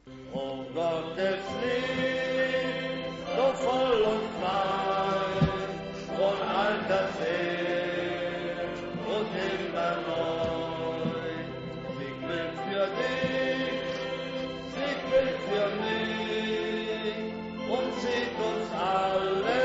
O Gottes Lieb, so voll und frei, von alter her und immer neu. Ich will für dich, ich will für mich, und sieht uns alle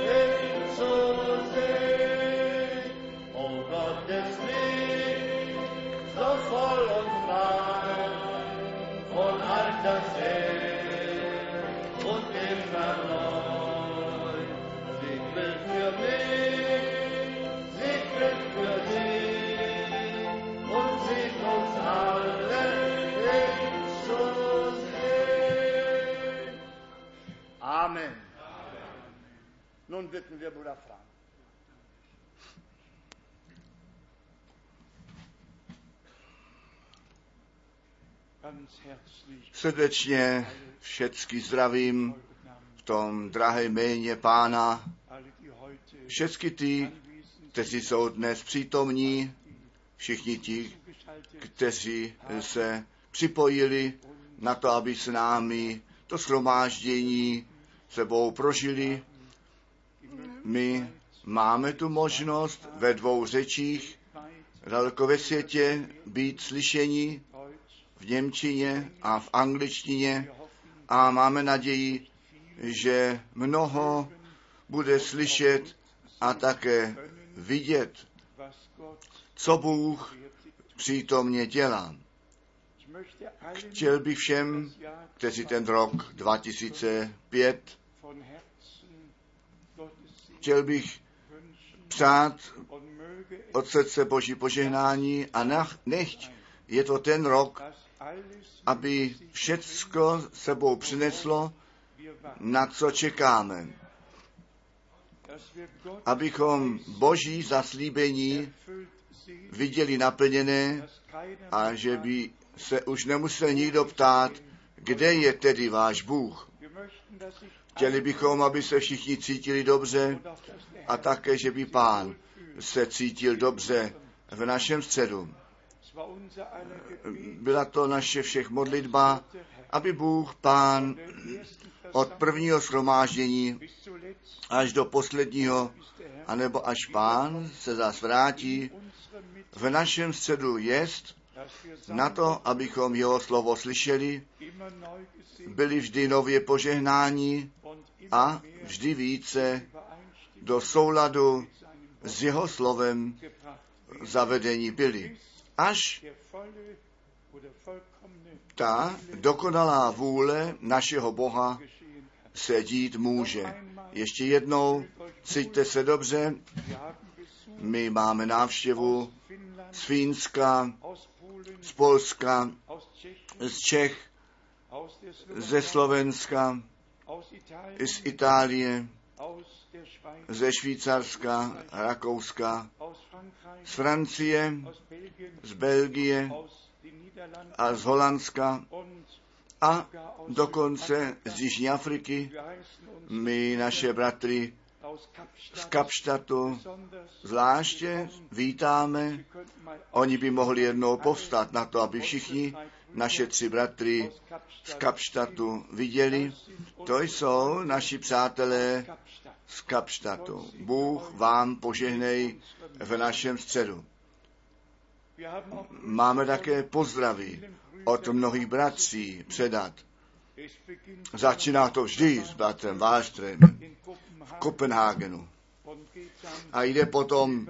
hinzusehen. O Gottes Lieb, so voll und frei, von alter her und immer neu. Sie will für mich, sie will für dich und sieht uns alle hinzusehen. Amen. Nun bitten wir Bruder Frank. Srdečně všecky zdravím v tom drahé jméně Pána. Všecky ty, kteří jsou dnes přítomní, všichni ti, kteří se připojili na to, aby s námi to shromáždění sebou prožili. My máme tu možnost ve 2 řečích daleko ve světě být slyšeni, v němčině a v angličtině, a máme naději, že mnoho bude slyšet a také vidět, co Bůh přítomně dělá. Chtěl bych všem, kteří ten rok 2005, chtěl bych přát od srdce Boží požehnání a nechť je to ten rok, aby všecko sebou přineslo, na co čekáme. Abychom Boží zaslíbení viděli naplněné a že by se už nemusel nikdo ptát, kde je tedy váš Bůh. Chtěli bychom, aby se všichni cítili dobře a také, že by Pán se cítil dobře v našem středu. Byla to naše všech modlitba, aby Bůh Pán od prvního shromáždění až do posledního, anebo až Pán se zas vrátí, v našem středu jest na to, abychom jeho slovo slyšeli, byli vždy nově požehnáni a vždy více do souladu s jeho slovem zavedení byli. Až ta dokonalá vůle našeho Boha se dít může. Ještě jednou, cíťte se dobře, my máme návštěvu z Fínska, z Polska, z Čech, ze Slovenska, z Itálie, ze Švýcarska, Rakouska, z Francie, z Belgie a z Holandska a dokonce z Jižní Afriky. My naše bratry z Kapštatu zvláště vítáme. Oni by mohli jednou povstat na to, aby všichni naše 3 bratry z Kapštatu viděli. To jsou naši přátelé z Kapštatu. Bůh vám požehnej v našem středu. Máme také pozdravy od mnohých bratří předat. Začíná to vždy s bratrem Wallström v Kopenhagenu. A jde potom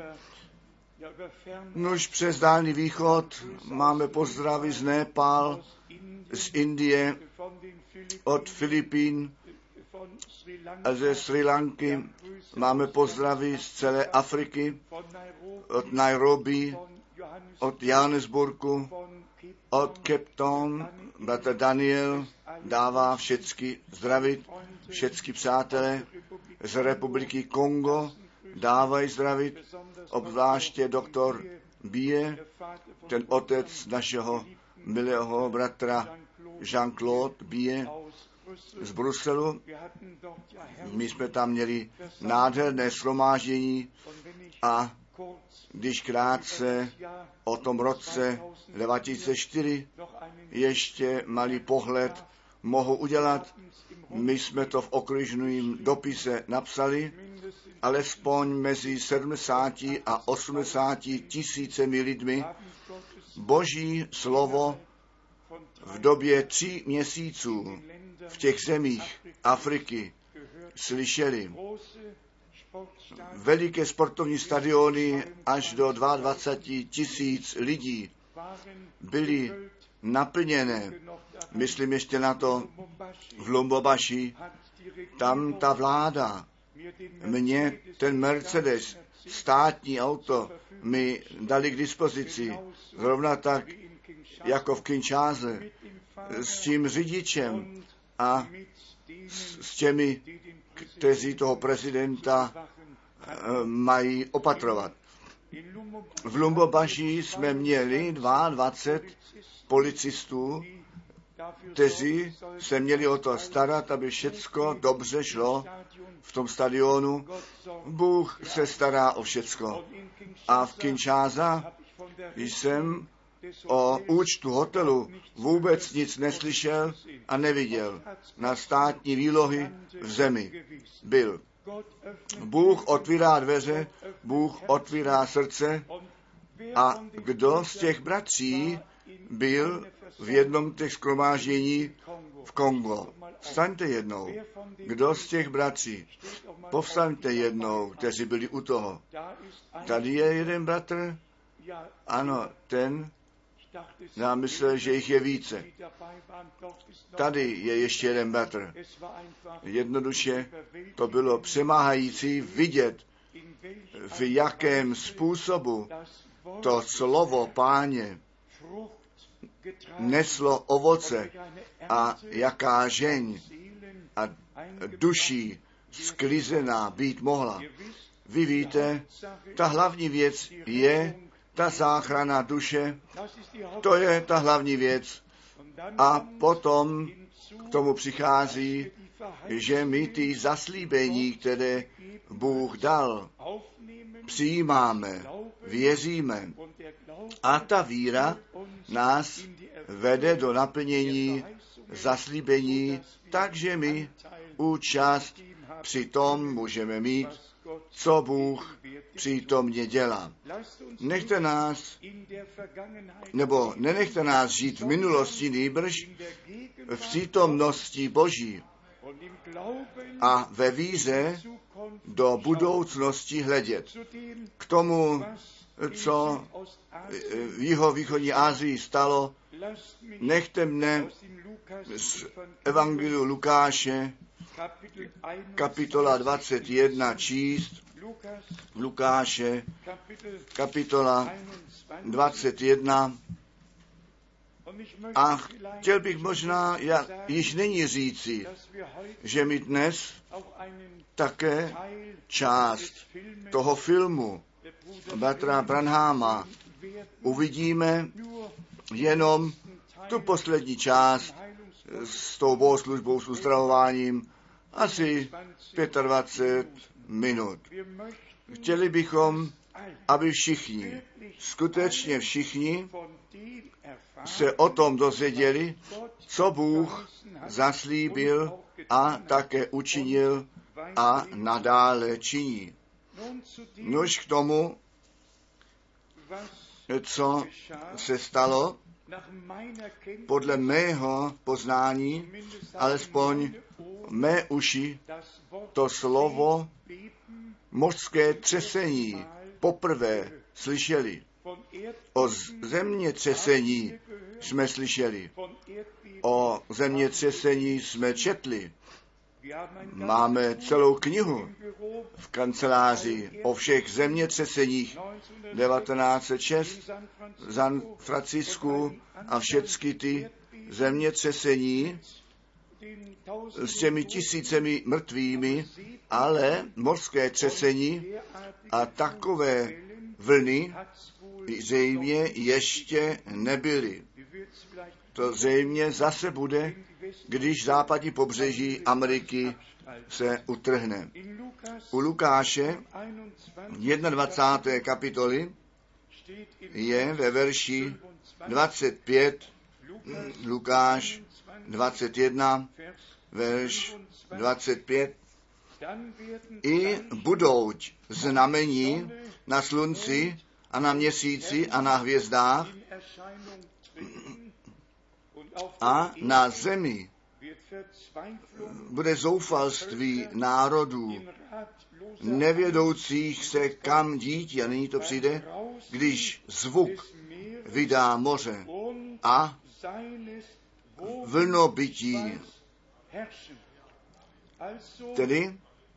už přes Dálný východ. Máme pozdravy z Népal, z Indie, od Filipín a ze Sri Lanky. Máme pozdravy z celé Afriky, od Nairobi, od Johannesburgu, od Cape Town. Bratr Daniel dává všecky zdravit, všecky přátelé z republiky Kongo dávají zdravit, obzvláště doktor Bie, ten otec našeho milého bratra Jean-Claude Bie z Bruselu. My jsme tam měli nádherné shromáždění a když krátce o tom roce 2004 ještě malý pohled mohu udělat. My jsme to v okružném dopise napsali, alespoň mezi 70 a 80 tisícemi lidmi Boží slovo v době 3 měsíců v těch zemích Afriky slyšeli. Veliké sportovní stadiony až do 22 tisíc lidí byly naplněné. Myslím ještě na to v Lumumbashi. Tam ta vláda mě ten Mercedes, státní auto, mi dali k dispozici. Zrovna tak jako v Kinshase s tím řidičem a s těmi, kteří toho prezidenta mají opatrovat. V Lumumbashi jsme měli 22 policistů, kteří se měli o to starat, aby všecko dobře šlo v tom stadionu. Bůh se stará o všecko. A v Kinshasa jsem o účtu hotelu vůbec nic neslyšel a neviděl. Na státní výlohy v zemi byl. Bůh otvírá dveře, Bůh otvírá srdce a kdo z těch bratří byl v jednom těch shromáždění v Kongo? Vstaňte jednou. Kdo z těch bratří? Povstaňte jednou, kteří byli u toho. Tady je jeden bratr? Ano, ten. Já myslel, že jich je více. Tady je ještě jeden bratr. Jednoduše to bylo přemáhající vidět, v jakém způsobu to slovo Páně neslo ovoce a jaká žeň a duší sklizená být mohla. Vy víte, ta hlavní věc je ta záchrana duše, to je ta hlavní věc. A potom k tomu přichází, že my ty zaslíbení, které Bůh dal, přijímáme, věříme. A ta víra nás vede do naplnění zaslíbení, takže my účast při tom můžeme mít, co Bůh přítomně dělá. Nechte nás, nebo nenechte nás žít v minulosti, nýbrž v přítomnosti Boží a ve víře do budoucnosti hledět. K tomu, co v jihovýchodní Asii stalo, nechte mne z Evangeliu Lukáše, kapitola 21 číst, Lukáše, kapitola 21. A chtěl bych možná již nyní říci, že my dnes také část toho filmu bratra Branhama uvidíme jenom tu poslední část s tou bohoslužbou, s uzdravováním, asi 25 minut. Chtěli bychom, aby všichni, skutečně všichni, se o tom dozvěděli, co Bůh zaslíbil a také učinil a nadále činí. Nož k tomu, co se stalo, podle mého poznání, alespoň mé uši, to slovo mořské třesení poprvé slyšeli. O zemětřesení jsme slyšeli. O zemětřesení jsme četli. Máme celou knihu v kanceláři o všech zemětřeseních 1906 v San Francisku a všechny ty zemětřesení s těmi tisícemi mrtvými, ale mořské třesení a takové vlny zřejmě ještě nebyly. To zřejmě zase bude, když západní pobřeží Ameriky se utrhne. U Lukáše 21. kapitoly je ve verši 25, Lukáš 21, verš 25. I budou znamení na slunci a na měsíci a na hvězdách a na zemi bude zoufalství národů, nevědoucích se kam dít, a nyní to přijde, když zvuk vydá moře a vlnobytí, tedy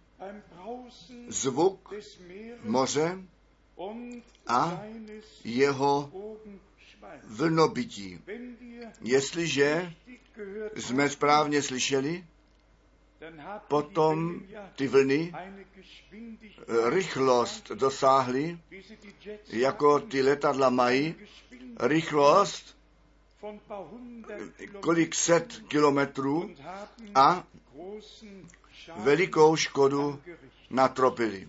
zvuk moře a jeho vlnobytí. Jestliže jsme správně slyšeli, potom ty vlny rychlost dosáhly, jako ty letadla mají, rychlost kolik set kilometrů a velikou škodu natropili.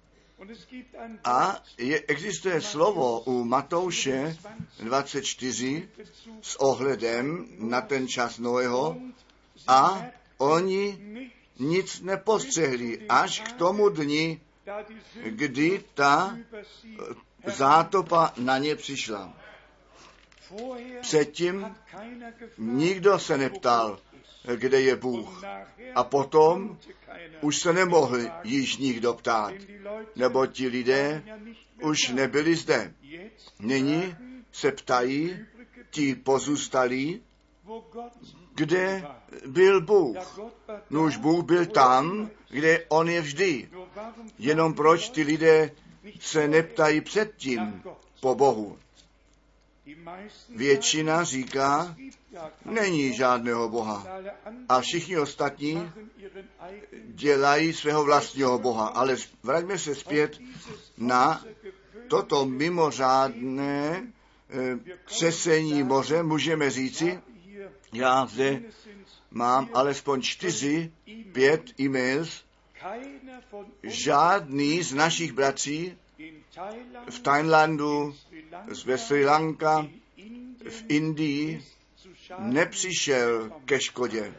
A existuje slovo u Matouše 24 s ohledem na ten čas Noého a oni nic nepostřehli až k tomu dni, kdy ta zátopa na ně přišla. Předtím nikdo se neptal, kde je Bůh. A potom už se nemohl již nikdo ptát, nebo ti lidé už nebyli zde. Nyní se ptají ti pozůstalí, kde byl Bůh. Nuž Bůh byl tam, kde on je vždy. Jenom proč ty lidé se neptají předtím po Bohu? Většina říká, není žádného Boha. A všichni ostatní dělají svého vlastního Boha. Ale vraťme se zpět na toto mimořádné třesení moře. Můžeme říci, já zde mám alespoň 4-5 e-mails. Žádný z našich bratří v Thailandu, ve Sri Lanka, v Indii nepřišel ke škodě.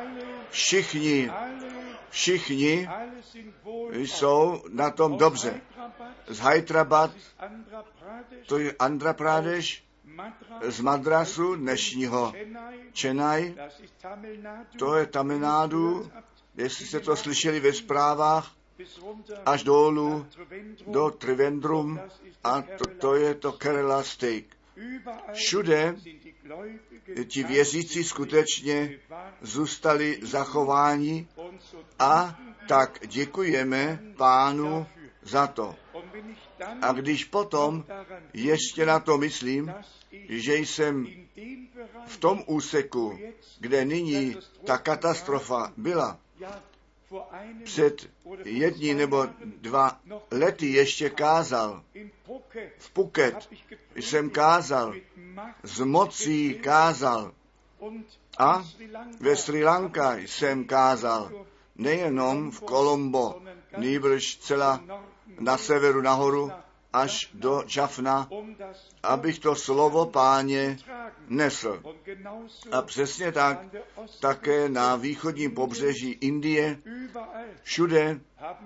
Všichni jsou na tom dobře. Z Hyderabad, to je Andhra Pradesh, z Madrasu, dnešního Chennai, to je Tamil Nadu, jestli jste to slyšeli ve zprávách, až dolů do Trivandrum a to je to Kerala State. Všude ti věřící skutečně zůstali zachováni a tak děkujeme Pánu za to. A když potom ještě na to myslím, že jsem v tom úseku, kde nyní ta katastrofa byla, před 1 nebo 2 lety ještě kázal. V Phuket jsem kázal, s mocí kázal. A ve Sri Lanka jsem kázal. Nejenom v Colombo, nýbrž celá na severu nahoru až do Jaffna, abych to slovo Páně nesl. A přesně tak také na východním pobřeží Indie, všude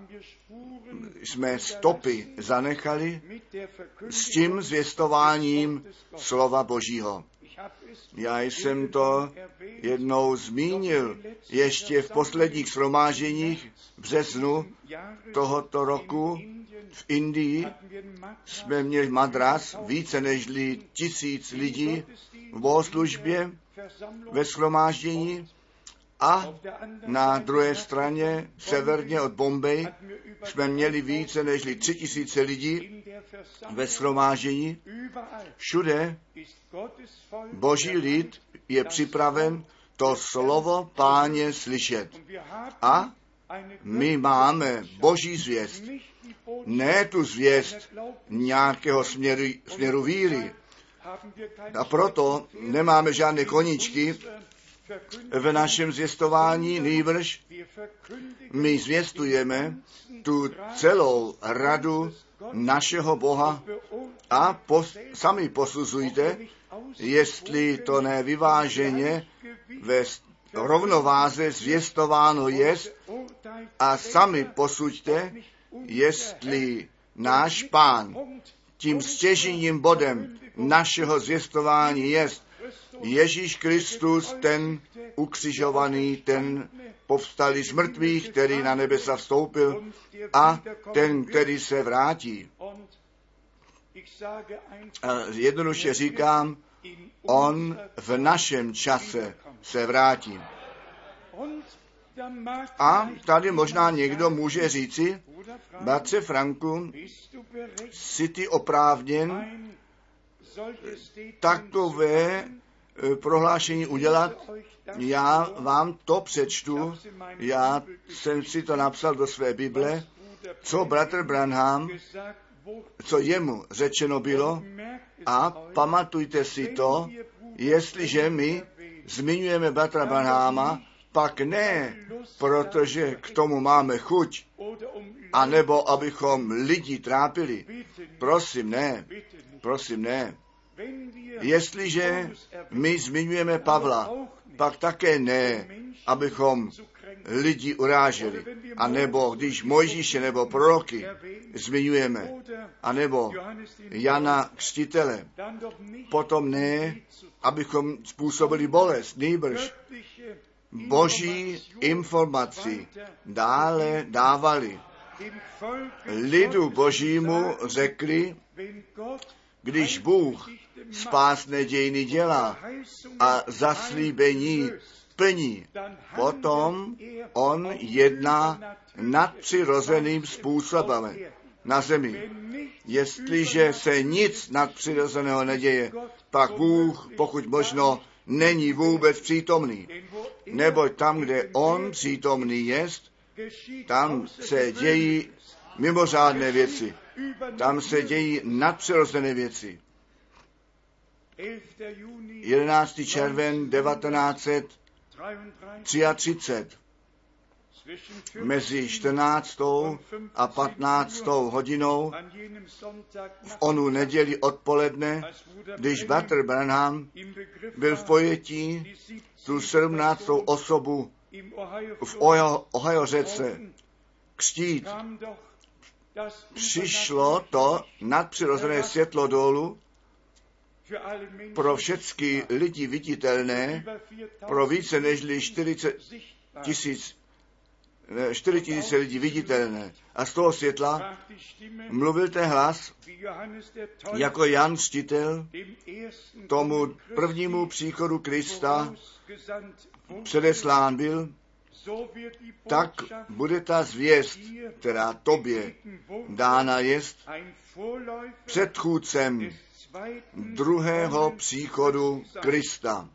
jsme stopy zanechali s tím zvěstováním slova Božího. Já jsem to jednou zmínil ještě v posledních shromážděních v březnu tohoto roku. V Indii jsme měli Madras, více než 1000 lidí v bohoslužbě ve shromáždění a na druhé straně severně od Bombay jsme měli více než 3000 lidí ve shromáždění. Všude Boží lid je připraven to slovo Páně slyšet. A my máme Boží zvěst. Ne tu zvěst nějakého směru víry. A proto nemáme žádné koníčky, v našem zvěstování, nýbrž my zvěstujeme tu celou radu našeho Boha a sami posuzujte, jestli to nevyváženě ve rovnováze zvěstováno jest, a sami posuďte, jestli náš Pán tím stěžejním bodem našeho zvěstování jest Ježíš Kristus, ten ukřižovaný, ten povstalý z mrtvých, který na nebesa vstoupil, a ten, který se vrátí. A jednoduše říkám, on v našem čase se vrátí. A tady možná někdo může říci, bratře Franku, jsi ty oprávněn takové prohlášení udělat? Já vám to přečtu, já jsem si to napsal do své Bible, co bratr Branham, co jemu řečeno bylo, a pamatujte si to, jestliže my zmiňujeme bratra Branhama, pak ne, protože k tomu máme chuť, anebo abychom lidi trápili. Prosím, ne. Jestliže my zmiňujeme Pavla, pak také ne, abychom lidi uráželi. A nebo když Mojžíše nebo proroky zmiňujeme, anebo Jana Křtitele, potom ne, abychom způsobili bolest, nýbrž boží informaci dále dávali. Lidu božímu řekli, když Bůh spásné dějiny dělá a zaslíbení plní, potom on jedná nadpřirozeným způsobem na zemi. Jestliže se nic nadpřirozeného neděje, pak Bůh, pokud možno, není vůbec přítomný. Neboť tam, kde on přítomný jest, tam se dějí mimořádné věci. Tam se dějí nadpřirozené věci. 11. červen 1933. Mezi 14. a 15. hodinou v onu neděli odpoledne, když bratr Branham byl v pojetí tu 17. osobu v Ohio řece křtít, přišlo to nadpřirozené světlo dolů pro všechny lidi viditelné, pro více než 4 000 lidí viditelné. A z toho světla mluvil ten hlas, jako Jan Křtitel tomu prvnímu příchodu Krista předeslán byl, tak bude ta zvěst, která tobě dána jest, předchůdcem druhého příchodu Krista.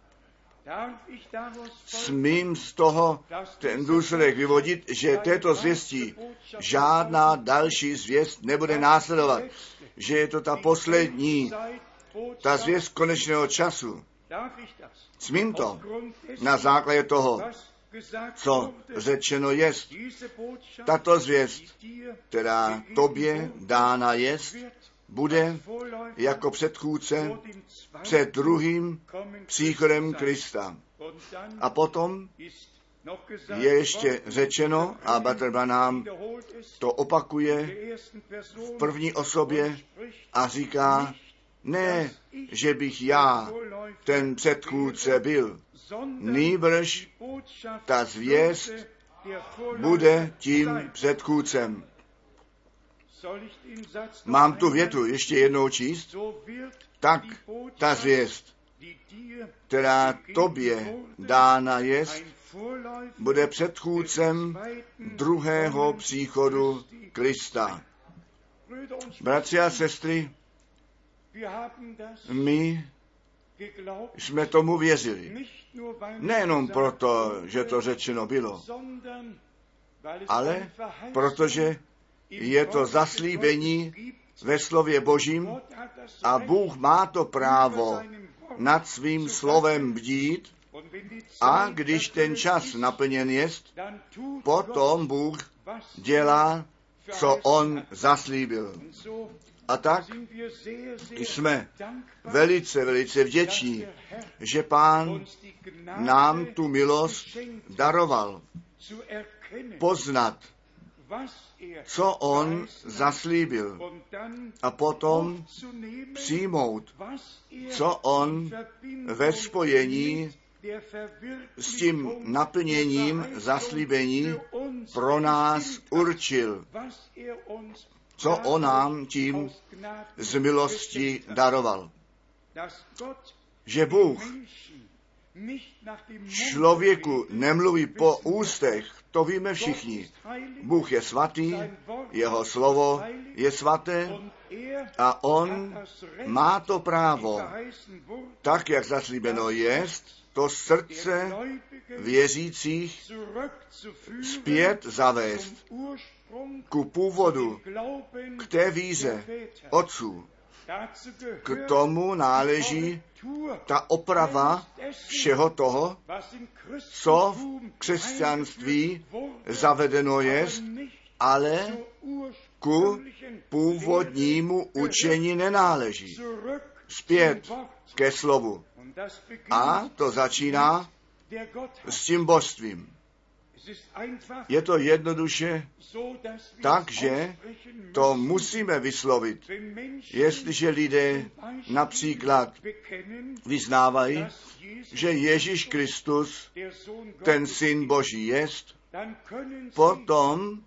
Smím z toho ten důsledek vyvodit, že této zvěstí žádná další zvěst nebude následovat, že je to ta poslední, ta zvěst konečného času. Smím to na základě toho, co řečeno jest. Tato zvěst, která tobě dána jest, bude jako předchůdce před druhým příchodem Krista. A potom je ještě řečeno, a bratr Branham to opakuje v první osobě a říká, ne, že bych já ten předchůdce byl, nýbrž ta zvěst bude tím předchůdcem. Mám tu větu ještě jednou číst? Tak ta zvěst, která tobě dána jest, bude předchůdcem druhého příchodu Krista. Bratři a sestry, my jsme tomu věřili. Nejenom proto, že to řečeno bylo, ale protože je to zaslíbení ve slově Božím a Bůh má to právo nad svým slovem bdít A když ten čas naplněn jest, potom Bůh dělá, co on zaslíbil. A tak jsme velice vděční, že Pán nám tu milost daroval poznat, co on zaslíbil, a potom přijmout, co on ve spojení s tím naplněním zaslíbení pro nás určil, co on nám tím z milosti daroval. Že Bůh člověku nemluví po ústech, to víme všichni. Bůh je svatý, jeho slovo je svaté a on má to právo, tak jak zaslíbeno jest, to srdce věřících zpět zavést ku původu, k té víře otců. K tomu náleží ta oprava všeho toho, co v křesťanství zavedeno jest, ale ku původnímu učení nenáleží. Zpět ke slovu. A to začíná s tím božstvím. Je to jednoduše tak, že to musíme vyslovit. Jestliže lidé například vyznávají, že Ježíš Kristus, ten Syn Boží jest, potom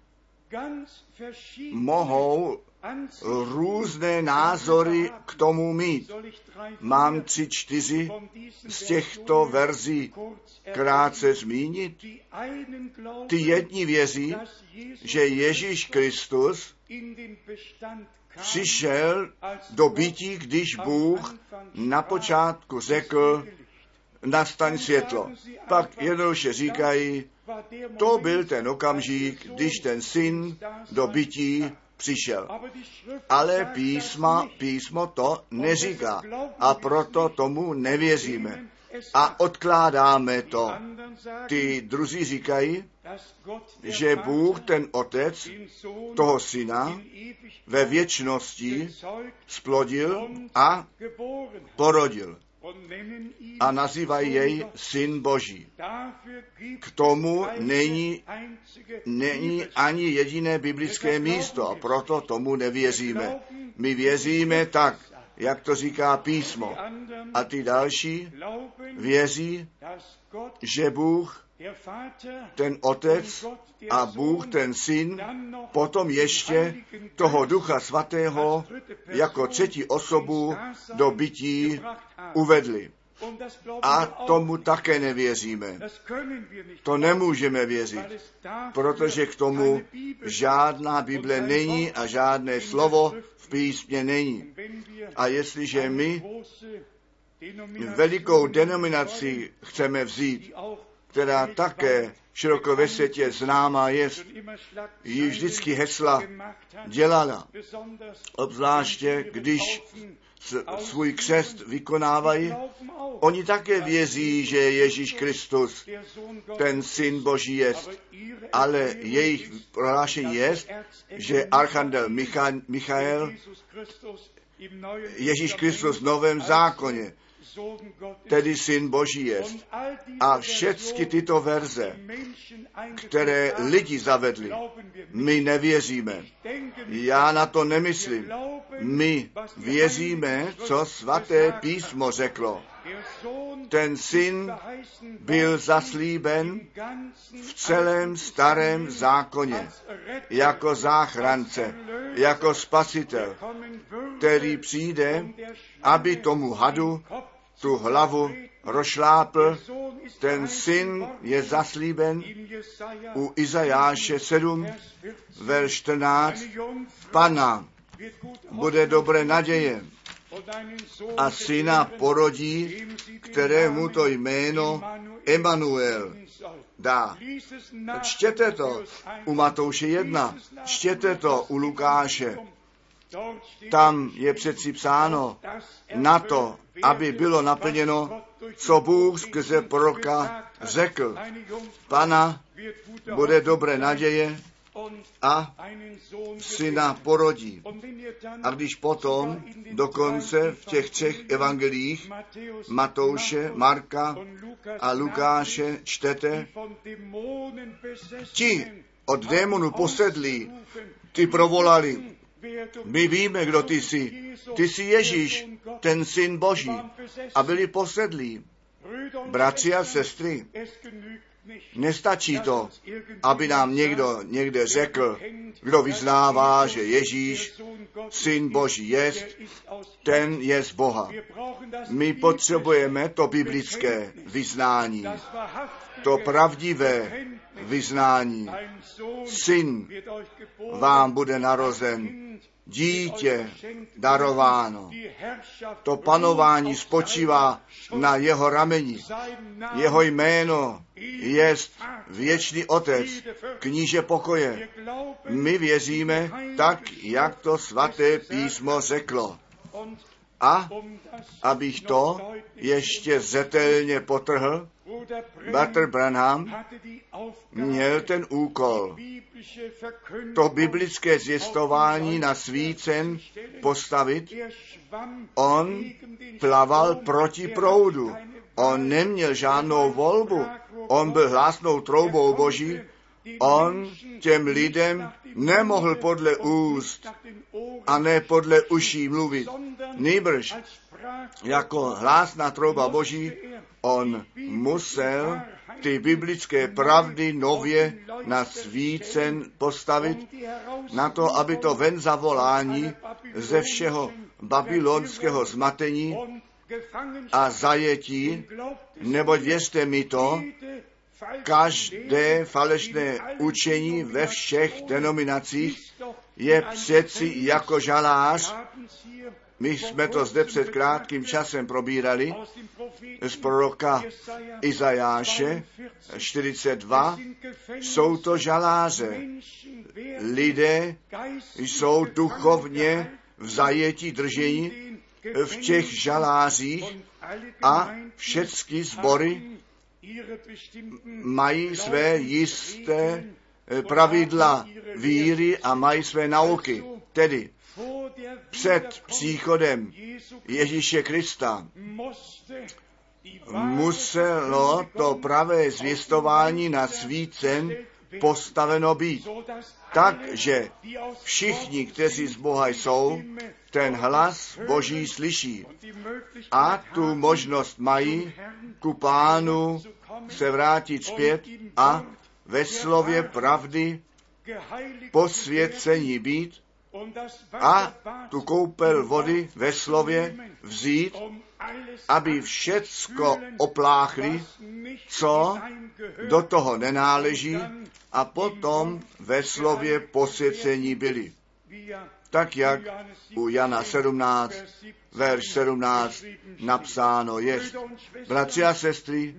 mohou různé názory k tomu mít. Mám 3-4 z těchto verzí krátce zmínit. Ty jedni věří, že Ježíš Kristus přišel do bytí, když Bůh na počátku řekl, nastaň světlo. Pak jednoduše říkají, to byl ten okamžik, když ten syn do bytí přišel. Ale písmo to neříká a proto tomu nevěříme a odkládáme to. Ty druzí říkají, že Bůh, ten Otec, toho Syna ve věčnosti splodil a porodil a nazývají jej Syn Boží. K tomu není ani jediné biblické místo a proto tomu nevěříme. My věříme tak, jak to říká písmo. A ty další věří, že Bůh, ten Otec a Bůh, ten Syn, potom ještě toho Ducha Svatého jako třetí osobu do bytí uvedli. A tomu také nevěříme. To nemůžeme věřit, protože k tomu žádná Bible není a žádné slovo v písmě není. A jestliže my velikou denominaci chceme vzít, která také široko ve světě známá jest, ji vždycky hesla dělala, obzvláště když svůj křest vykonávají. Oni také věří, že Ježíš Kristus, ten Syn Boží jest, ale jejich prohlášení jest, že archanděl Michael, Ježíš Kristus v Novém zákoně, tedy Syn Boží jest. A všechny tyto verze, které lidi zavedli, my nevěříme. Já na to nemyslím. My věříme, co svaté písmo řeklo. Ten Syn byl zaslíben v celém starém zákoně jako záchránce, jako spasitel, který přijde, aby tomu hadu tu hlavu rozšlápl. Ten Syn je zaslíben u Izajáše 7, verš 14. Panna bude dobré naděje a syna porodí, kterému to jméno Emanuel dá. Čtěte to u Matouše 1, čtěte to u Lukáše Tam je přeci psáno na to, aby bylo naplněno, co Bůh skrze proroka řekl. Pana bude dobré naděje a syna porodí. A když potom dokonce v těch 3 evangeliích Matouše, Marka a Lukáše čtete, ti od démonu posedlí, ty provolali, my víme, kdo ty jsi. Ty jsi Ježíš, ten syn Boží. A byli posedlí. Bratři a sestry, nestačí to, aby nám někdo někde řekl, kdo vyznává, že Ježíš, syn Boží jest, ten je z Boha. My potřebujeme to biblické vyznání, to pravdivé vyznání. Syn vám bude narozen, dítě darováno. To panování spočívá na jeho rameni. Jeho jméno jest věčný Otec, kníže pokoje. My věříme tak, jak to svaté písmo řeklo. A abych to ještě zřetelně podtrhl, bratr Branham měl ten úkol, to biblické zvěstování na svícen postavit. On plaval proti proudu. On neměl žádnou volbu. On byl hlásnou troubou Boží. On těm lidem nemohl podle úst a ne podle uší mluvit. Nýbrž jako hlásná trouba Boží on musel ty biblické pravdy nově na svícen postavit, na to, aby to ven zavolání ze všeho babylonského zmatení a zajetí, neboť věřte mi to, každé falešné učení ve všech denominacích je přeci jako žalář. My jsme to zde před krátkým časem probírali z proroka Izajáše 42. Jsou to žaláře. Lidé jsou duchovně v zajetí držení v těch žalářích a všechny sbory mají své jisté pravidla víry a mají své nauky. Tedy před příchodem Ježíše Krista muselo to pravé zvěstování na svícen postaveno být. Takže všichni, kteří z Boha jsou, ten hlas Boží slyší a tu možnost mají ku Pánu se vrátit zpět a ve slově pravdy posvěcení být a tu koupel vody ve slově vzít, aby všecko opláchli, co do toho nenáleží, a potom ve slově posvěcení byli. Tak jak u Jana 17, verš 17 napsáno je. Bratři a sestry,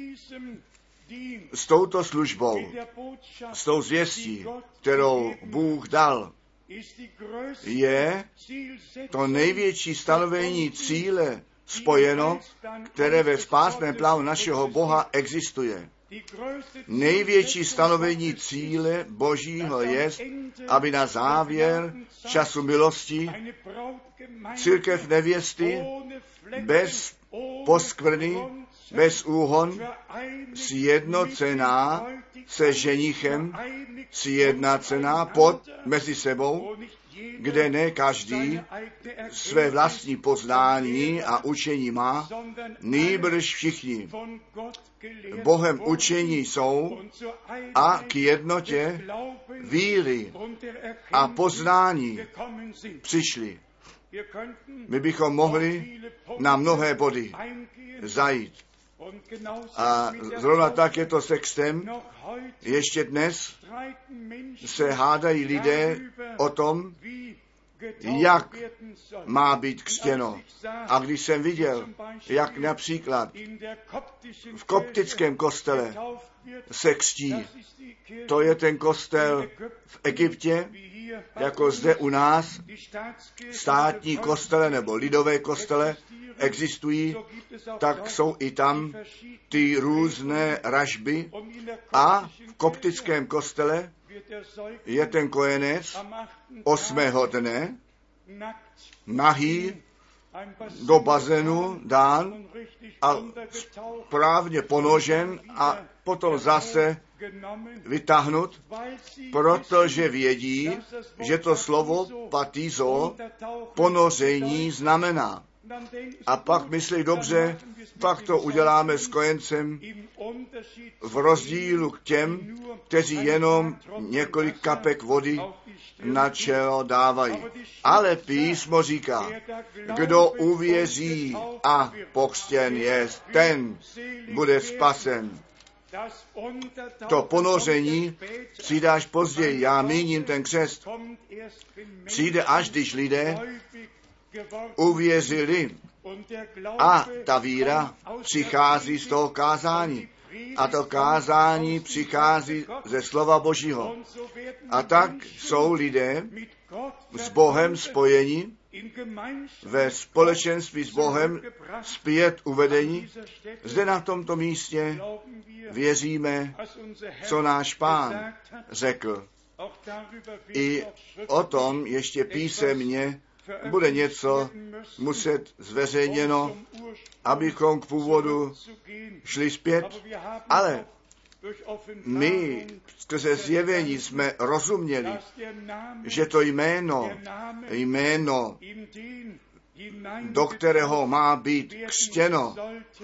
s touto službou, s tou zvěstí, kterou Bůh dal, je to největší stanovení cíle spojeno, které ve spásném plánu našeho Boha existuje. Největší stanovení cíle Božího je, aby na závěr času milosti církev nevěsty bez poskvrny, bez úhon, sjednocená se ženichem, sjednocená mezi sebou, kde ne každý své vlastní poznání a učení má, nýbrž všichni Bohem učení jsou a k jednotě víry a poznání přišli. My bychom mohli na mnohé body zajít. A zrovna tak je to s textem. Ještě dnes se hádají lidé o tom, jak má být křtěno. A když jsem viděl, jak například v koptickém kostele se křtí. To je ten kostel v Egyptě, jako zde u nás státní kostele nebo lidové kostele existují, tak jsou i tam ty různé ražby a v koptickém kostele je ten kojenec 8. dne nahý do bazénu dán a správně ponožen a potom zase vytáhnut, protože vědí, že to slovo baptizo ponoření znamená. A pak myslí dobře, pak to uděláme s kojencem v rozdílu k těm, kteří jenom několik kapek vody na čelo dávají. Ale písmo říká, kdo uvěří a pokřtěn jest, ten bude spasen. To ponoření přijde až později, já míním ten křest. Přijde až, když lidé uvěřili a ta víra přichází z toho kázání. A to kázání přichází ze slova Božího. A tak jsou lidé s Bohem spojeni, ve společenství s Bohem zpět uvedení. Zde na tomto místě věříme, co náš Pán řekl. I o tom ještě písemně bude něco muset zveřejněno, abychom k původu šli zpět, ale my skrze zjevení jsme rozuměli, že to jméno, do kterého má být křtěno,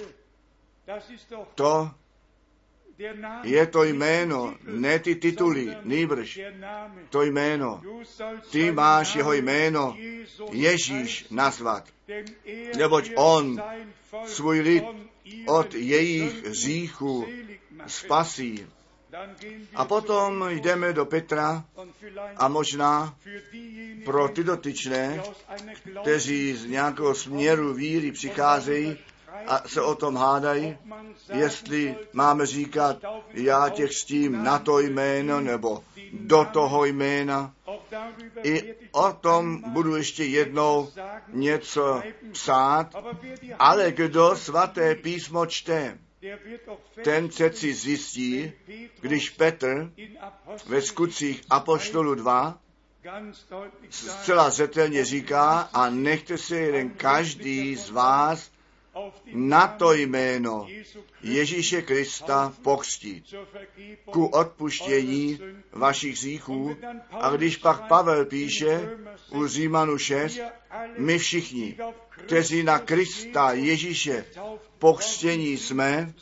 to je to jméno, ne ty tituly, nýbrž to jméno. Ty máš jeho jméno Ježíš nazvat, neboť on svůj lid od jejich hříchů spasí. A potom jdeme do Petra a možná pro ty dotyčné, kteří z nějakého směru víry přicházejí a se o tom hádají, jestli máme říkat, já tě křtím na to jméno nebo do toho jména. I o tom budu ještě jednou něco psát, ale kdo svaté písmo čte, ten přeci zjistí, když Petr ve Skutcích apoštolů 2 zcela zřetelně říká, a nechte se jeden každý z vás na to jméno Ježíše Krista pokřtít ku odpuštění vašich hříchů. A když pak Pavel píše u Římanu 6, my všichni, kteří na Krista Ježíše pokřtění jsme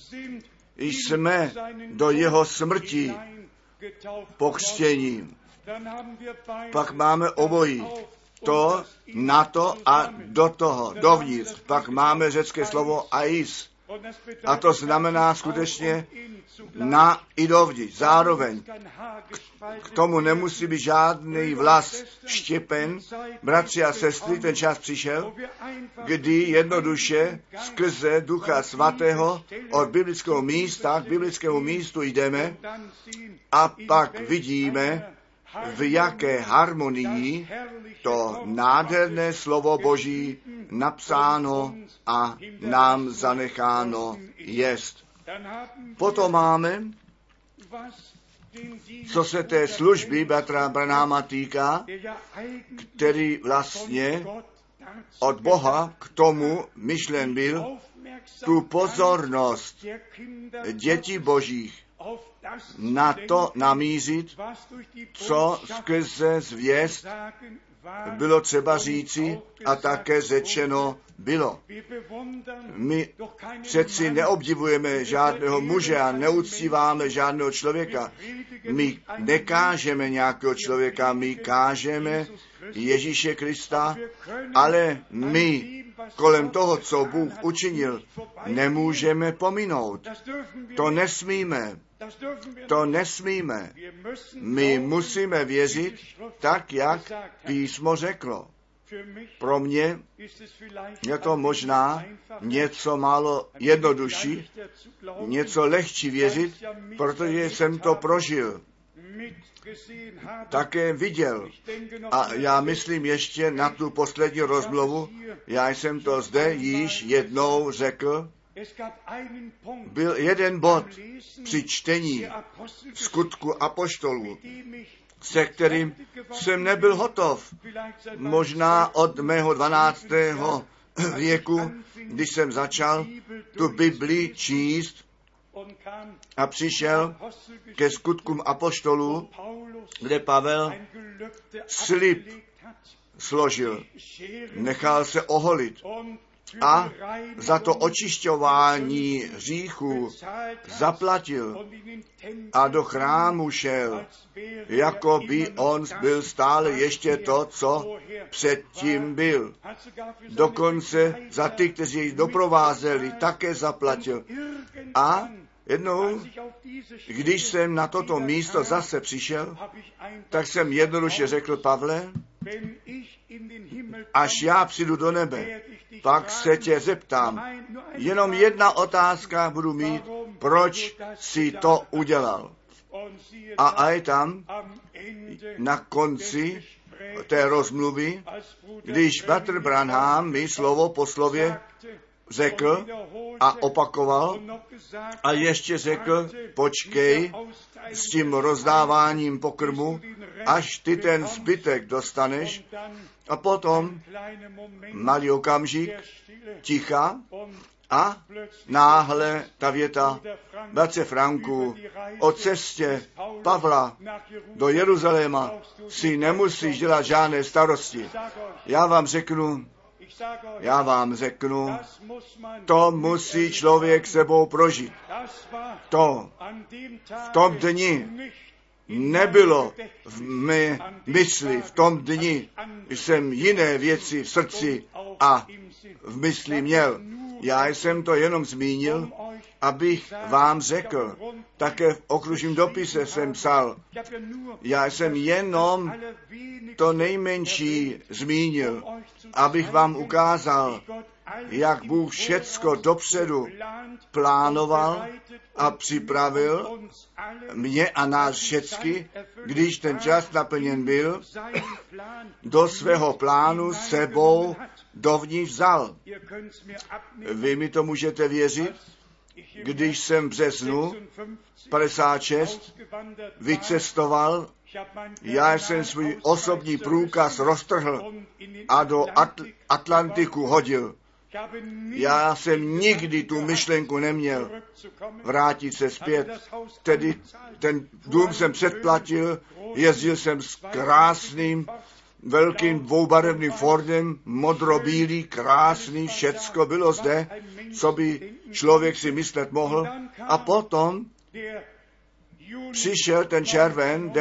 do jeho smrti pokřtění. Pak máme obojí. To, na to a do toho, dovnitř. Pak máme řecké slovo ais. A to znamená skutečně na i dovnitř. Zároveň k tomu nemusí být žádný vlas štěpen. Bratři a sestry, ten čas přišel, kdy jednoduše skrze Ducha Svatého od biblického místa k biblickému místu jdeme a pak vidíme, v jaké harmonii to nádherné slovo Boží napsáno a nám zanecháno jest. Potom máme, co se té služby bratra Branhama týká, který vlastně od Boha k tomu myšlen byl, tu pozornost dětí Božích na to namířit, co skrze zvěst bylo třeba říci a také řečeno bylo. My přeci neobdivujeme žádného muže a neuctíváme žádného člověka. My nekážeme nějakého člověka, my kážeme Ježíše Krista, ale my kolem toho, co Bůh učinil, nemůžeme pominout. To nesmíme. To nesmíme. My musíme věřit tak, jak písmo řeklo. Pro mě je to možná něco málo jednodušší, něco lehčí věřit, protože jsem to prožil. Také viděl. A já myslím ještě na tu poslední rozmluvu, já jsem to zde již jednou řekl, byl jeden bod při čtení Skutku apoštolů, se kterým jsem nebyl hotov. Možná od mého 12. věku, když jsem začal tu Bibli číst a přišel ke Skutkům apoštolů, kde Pavel slib složil, nechal se oholit a za to očišťování hříchů zaplatil a do chrámu šel, jako by on byl stále ještě to, co předtím byl. Dokonce za ty, kteří jej doprovázeli, také zaplatil. A jednou, když jsem na toto místo zase přišel, tak jsem jednoduše řekl: Pavle, až já přijdu do nebe, pak se tě zeptám. Jenom jedna otázka budu mít, proč jsi to udělal. A je tam na konci té rozmluvy, když Bratr Branham mi slovo po slově řekl a opakoval a ještě řekl: počkej s tím rozdáváním pokrmu, až ty ten zbytek dostaneš, a potom malý okamžik ticha a náhle ta věta: bratře Franku, o cestě Pavla do Jeruzaléma si nemusíš dělat žádné starosti. Já vám řeknu, to musí člověk sebou prožít. To v tom dni nebylo v mé mysli. V tom dni jsem jiné věci v srdci a v mysli měl. Já jsem to jenom zmínil, abych vám řekl. Také v okružním dopise jsem psal. Já jsem jenom to nejmenší zmínil, abych vám ukázal, jak Bůh všecko dopředu plánoval a připravil mě a nás všecky, když ten čas naplněn byl, do svého plánu sebou dovnitř vzal. Vy mi to můžete věřit, když jsem v březnu 56 vycestoval, já jsem svůj osobní průkaz roztrhl a do Atlantiku hodil. Já jsem nikdy tu myšlenku neměl vrátit se zpět. Tedy ten dům jsem předplatil, jezdil jsem s krásným, velkým dvoubarevným Fordem, modrobílý, krásný, všecko bylo zde, co by člověk si myslet mohl. A potom přišel ten červen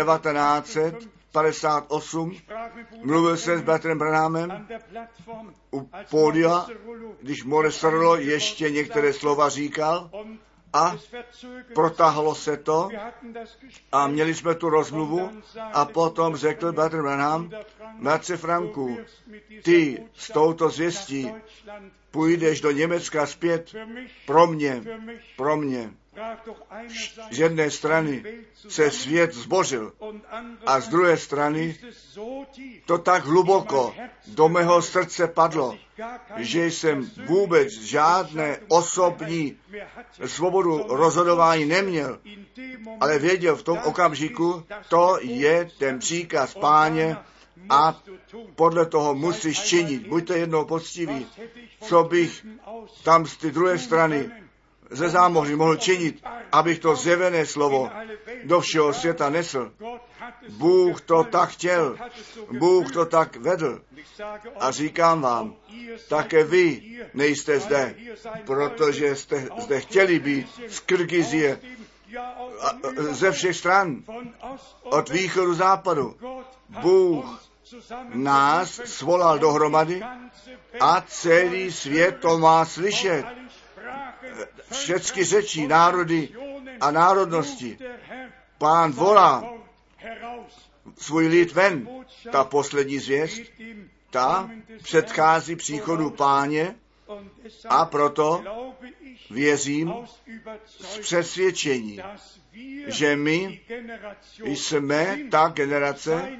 1958, mluvil jsem s bratrem Branhamem u pódia, když Morris Cerullo ještě některé slova říkal, a protáhlo se to a měli jsme tu rozmluvu a potom řekl bratr Branham: bratře Franku, ty s touto zvěstí půjdeš do Německa zpět. Pro mě. Z jedné strany se svět zbořil a z druhé strany to tak hluboko do mého srdce padlo, že jsem vůbec žádné osobní svobodu rozhodování neměl, ale věděl v tom okamžiku, to je ten příkaz Páně a podle toho musíš činit. Buďte jednou poctiví, co bych tam z té druhé strany ze zámoří mohl činit, abych to zjevené slovo do všeho světa nesl. Bůh to tak chtěl, Bůh to tak vedl. A říkám vám, také vy nejste zde, protože jste zde chtěli být z Kyrgyzie, ze všech stran, od východu, západu. Bůh nás svolal dohromady a celý svět to má slyšet. Všechny řeči, národy a národnosti. Pán volá svůj lid ven. Ta poslední zvěst ta předchází příchodu Páně a proto věřím z přesvědčení, že my jsme ta generace,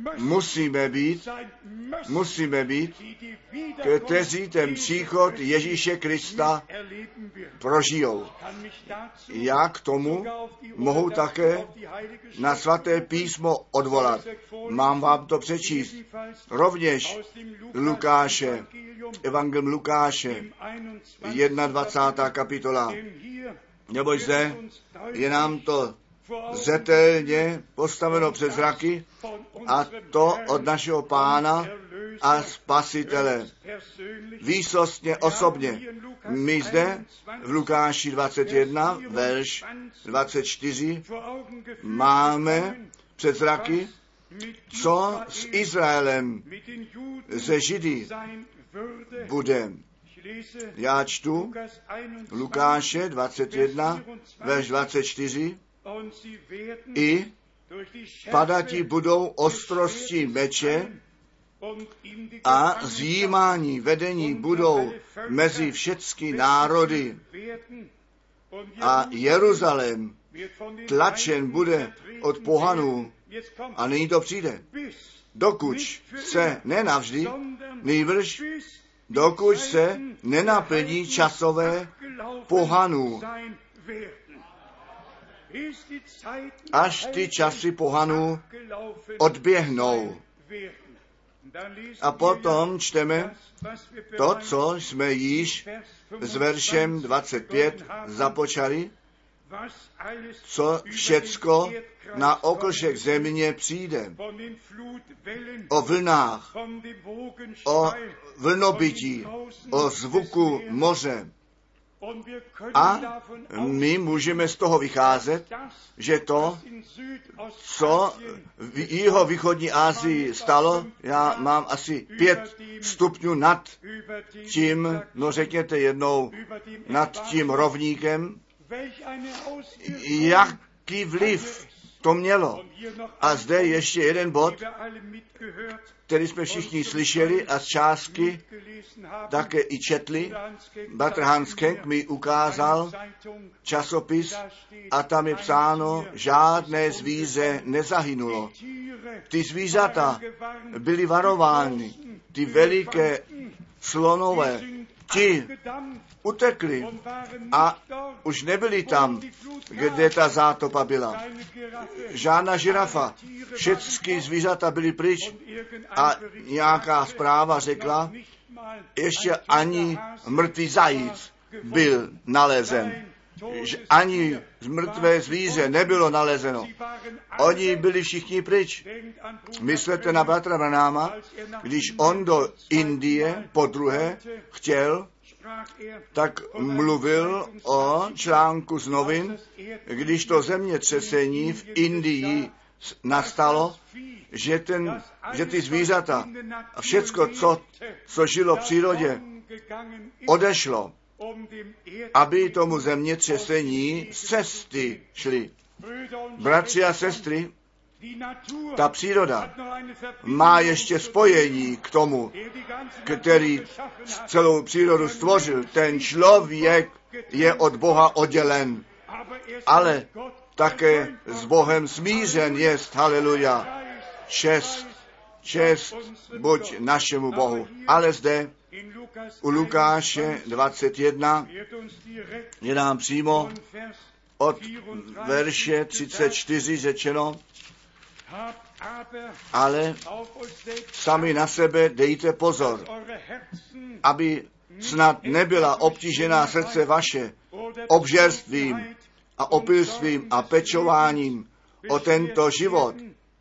musíme být, kteří ten příchod Ježíše Krista prožijou. Já k tomu mohu také na svaté písmo odvolat. Mám vám to přečíst. Rovněž Lukáše, Evangelium Lukáše, 21. kapitola. Neboť zde je nám to zřetelně postaveno před zraky, a to od našeho Pána a Spasitele. Výsostně osobně. My zde v Lukáši 21, verš 24, máme před zraky, co s Izraelem, se Židy bude. Já čtu Lukáše 21, verš 24, i padati budou ostrostí meče a zjímání vedení budou mezi všechny národy a Jeruzalém tlačen bude od pohanů. A nyní to přijde. Dokud se nenavždy, nýbrž dokud se nenaplní časové pohanů. Až ty časy pohanů odběhnou. A potom čteme to, co jsme již s veršem 25 započali, co všecko na okošek země přijde. O vlnách, o vlnobytí, o zvuku moře. A my můžeme z toho vycházet, že to, co v jihovýchodní Asii stalo, já mám asi 5 stupňů nad tím, no řekněte jednou, nad tím rovníkem, jaký vliv to mělo. A zde ještě jeden bod, který jsme všichni slyšeli a z částky také i četli. Bratr Hans Kenk mi ukázal časopis a tam je psáno, žádné zvíře nezahynulo. Ty zvířata byly varovány, ty veliké slonové, ti utekli a už nebyli tam, kde ta zátopa byla. Žádná žirafa, všechny zvířata byly pryč a nějaká zpráva řekla, ještě ani mrtvý zajíc byl nalezen. Ani mrtvé zvíře nebylo nalezeno. Oni byli všichni pryč. Myslete na bratra Branáma, když on do Indie podruhé chtěl, tak mluvil o článku z novin, když to zemětřesení v Indii nastalo, že ty zvířata a všecko, co žilo v přírodě, odešlo, aby tomu zemětřesení z cesty šli. Bratři a sestry, ta příroda má ještě spojení k tomu, který celou přírodu stvořil. Ten člověk je od Boha oddělen, ale také s Bohem smířen jest. Haleluja. Čest buď našemu Bohu. Ale zde u Lukáše 21 je nám přímo od verše 34 řečeno, ale sami na sebe dejte pozor, aby snad nebyla obtížená srdce vaše obžerstvím a opilstvím a pečováním o tento život.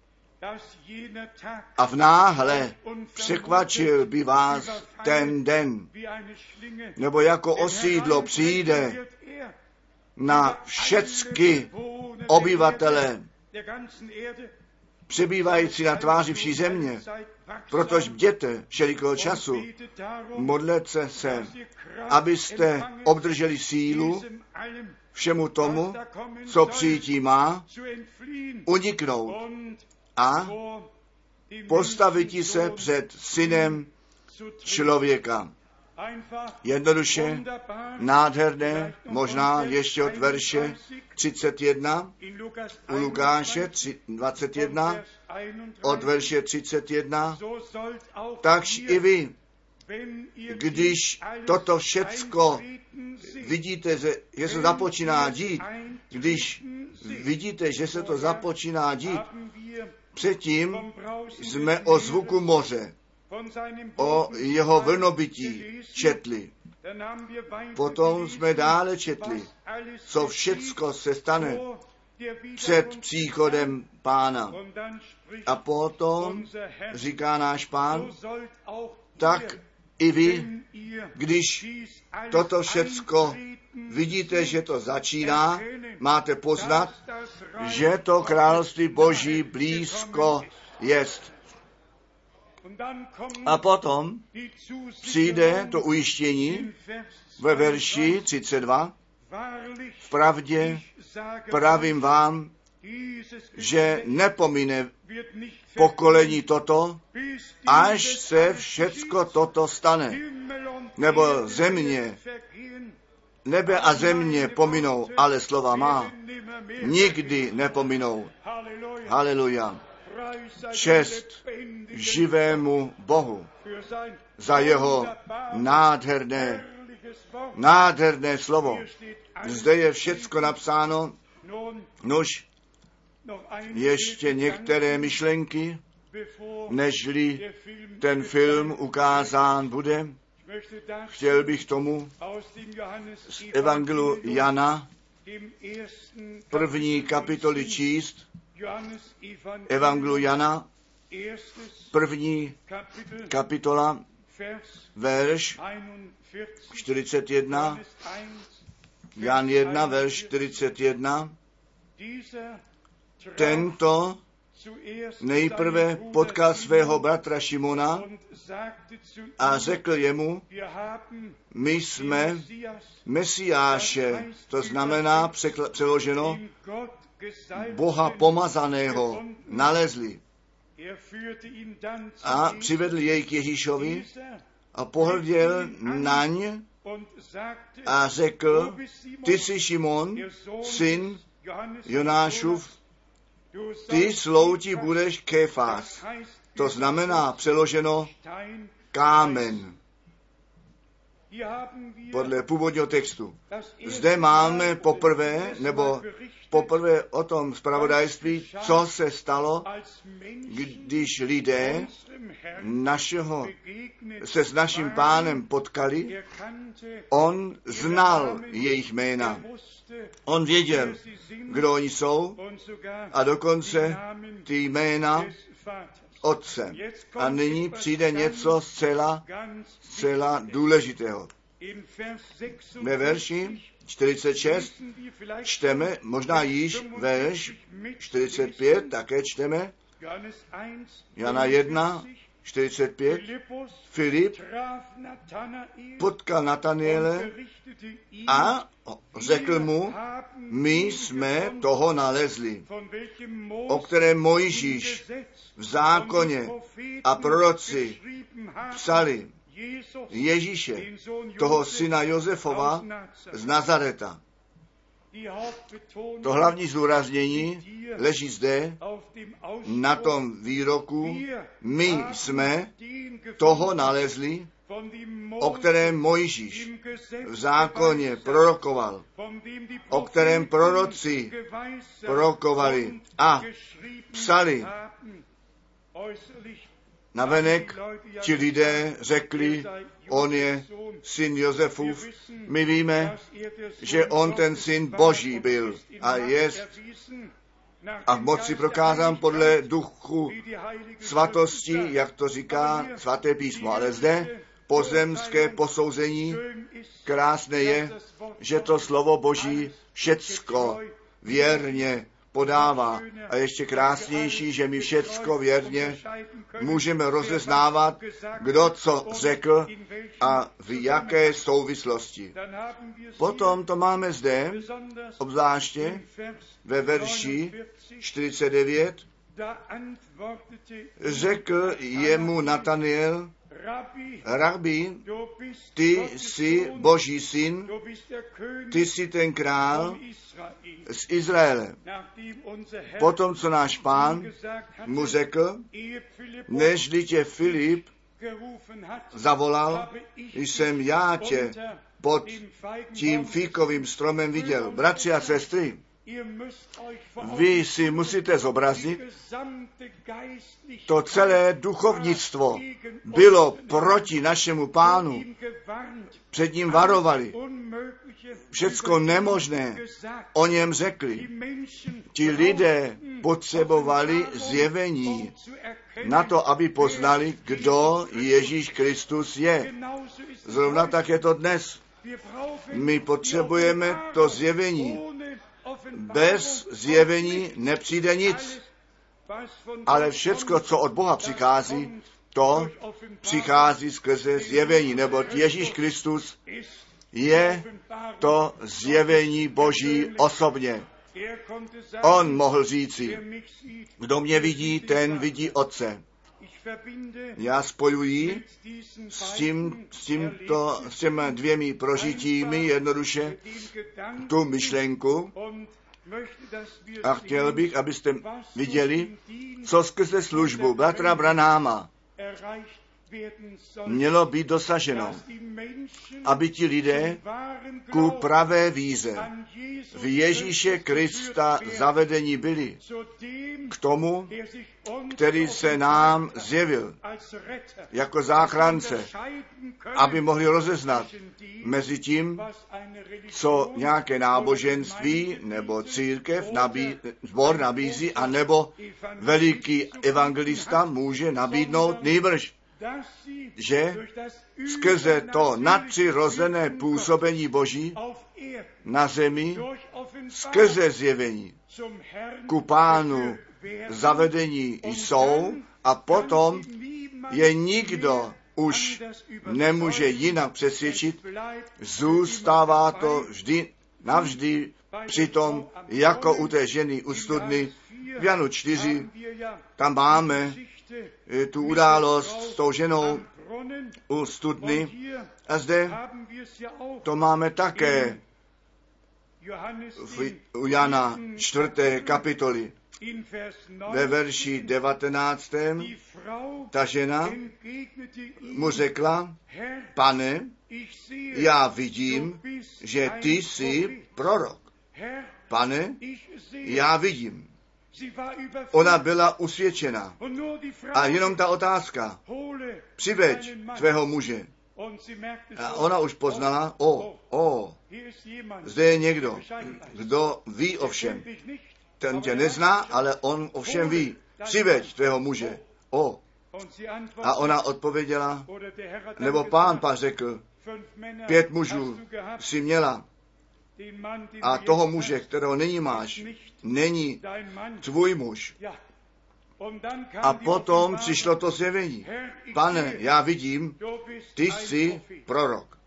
A v náhle překvačil by vás ten den, nebo jako osídlo přijde na všechny obyvatele přebývající na tváři vší země. Protož bděte všelikého času, modlete se, abyste obdrželi sílu všemu tomu, co přijítí má, uniknout a postaviti se před synem člověka. Jednoduše, nádherné, možná ještě od verše 31, u Lukáše 21, od verše 31, takže i vy, když toto všecko vidíte, že se započíná dít, když vidíte, že se to započíná dít, předtím jsme o zvuku moře, o jeho vlnobytí četli. Potom jsme dále četli, co všecko se stane před příchodem Pána. A potom říká náš Pán, tak i vy, když toto všecko vidíte, že to začíná, máte poznat, že to království Boží blízko jest. A potom přijde to ujištění ve verši 32. Vpravdě pravím vám, že nepomine pokolení toto, až se všecko toto stane. Nebo nebe a země pominou, ale slova má nikdy nepominou. Haleluja. Čest živému Bohu za jeho nádherné slovo. Zde je všecko napsáno, nož ještě některé myšlenky, nežli ten film ukázán bude. Chtěl bych tomu z Evangelu Jana, 1. kapitoly číst, Evangelu Jana, 1. kapitola, verš 41, Jan 1, verš 41, tento nejprve potkal svého bratra Šimona a řekl jemu, my jsme Mesiáše, to znamená přeloženo Boha pomazaného, nalezli. A přivedl jej k Ježíšovi a pohleděl naň a řekl, ty jsi Šimon, syn Jonášův, ty slouti budeš Kéfás. To znamená přeloženo kámen. Podle původního textu. Zde máme poprvé o tom zpravodajství, co se stalo, když lidé se s naším Pánem potkali. On znal jejich jména. On věděl, kdo oni jsou a dokonce ty jména Otce. A nyní přijde něco zcela důležitého. Ve verši 46 čteme, možná již verš 45 také čteme, Jana 1, 45, Filip potkal Nataniele a řekl mu, my jsme toho nalezli, o kterém Mojžíš v zákoně a proroci psali, Ježíše, toho syna Josefova z Nazareta. To hlavní zdůraznění leží zde na tom výroku, my jsme toho nalezli, o kterém Mojžíš v zákoně prorokoval, o kterém proroci prorokovali a psali. Navenek ti lidé řekli, on je syn Josefův. My víme, že on ten syn Boží byl a v moci prokázán podle duchu svatosti, jak to říká svaté písmo. Ale zde pozemské posouzení krásné je, že to slovo Boží všecko věrně podává. A ještě krásnější, že my všecko věrně můžeme rozeznávat, kdo co řekl a v jaké souvislosti. Potom to máme zde, obzvláště ve verši 49, Řekl jemu Nataniel, Rabí, ty jsi Boží syn, ty jsi ten král z Izraele. Potom, co náš Pán mu řekl, nežli tě Filip zavolal, jsem já tě pod tím fíkovým stromem viděl. Bratři a sestry, vy si musíte zobrazit, to celé duchovnictvo bylo proti našemu Pánu. Před ním varovali. Všecko nemožné o něm řekli. Ti lidé potřebovali zjevení na to, aby poznali, kdo Ježíš Kristus je. Zrovna tak je to dnes. My potřebujeme to zjevení. Bez zjevení nepřijde nic. Ale všecko, co od Boha přichází, to přichází skrze zjevení, neboť Ježíš Kristus je to zjevení Boží osobně. On mohl říci, kdo mě vidí, ten vidí Otce. Já spojuji s těmi dvěmi prožitími jednoduše tu myšlenku a chtěl bych, abyste viděli, co skrze službu bratra Branáma mělo být dosaženo, aby ti lidé ku pravé víze v Ježíše Krista zavedení byli k tomu, který se nám zjevil jako záchránce, aby mohli rozeznat mezi tím, co nějaké náboženství nebo církev, sbor nabízí, a nebo veliký evangelista může nabídnout, nýbrž, že skrze to nadpřirozené působení Boží na zemi, skrze zjevení ku Pánu zavedení jsou, a potom je nikdo už nemůže jinak přesvědčit, zůstává to vždy navždy přitom, jako u té ženy u studny. V Janu 4 tam máme tu událost s tou ženou u studny, a zde to máme také u Jana 4. kapitoly. Ve verši 19. ta žena mu řekla, Pane, já vidím, že ty jsi prorok. Pane, já vidím. Ona byla usvědčena. A jenom ta otázka, přiveď tvého muže. A ona už poznala, zde je někdo, kdo ví o všem. Ten tě nezná, ale on o všem ví. Přiveď tvého muže. A ona odpověděla, nebo Pán pak řekl, 5 mužů si měla, a toho muže, kterého nyní máš, není tvůj muž. A potom přišlo to zjevení. Pane, já vidím, ty jsi prorok.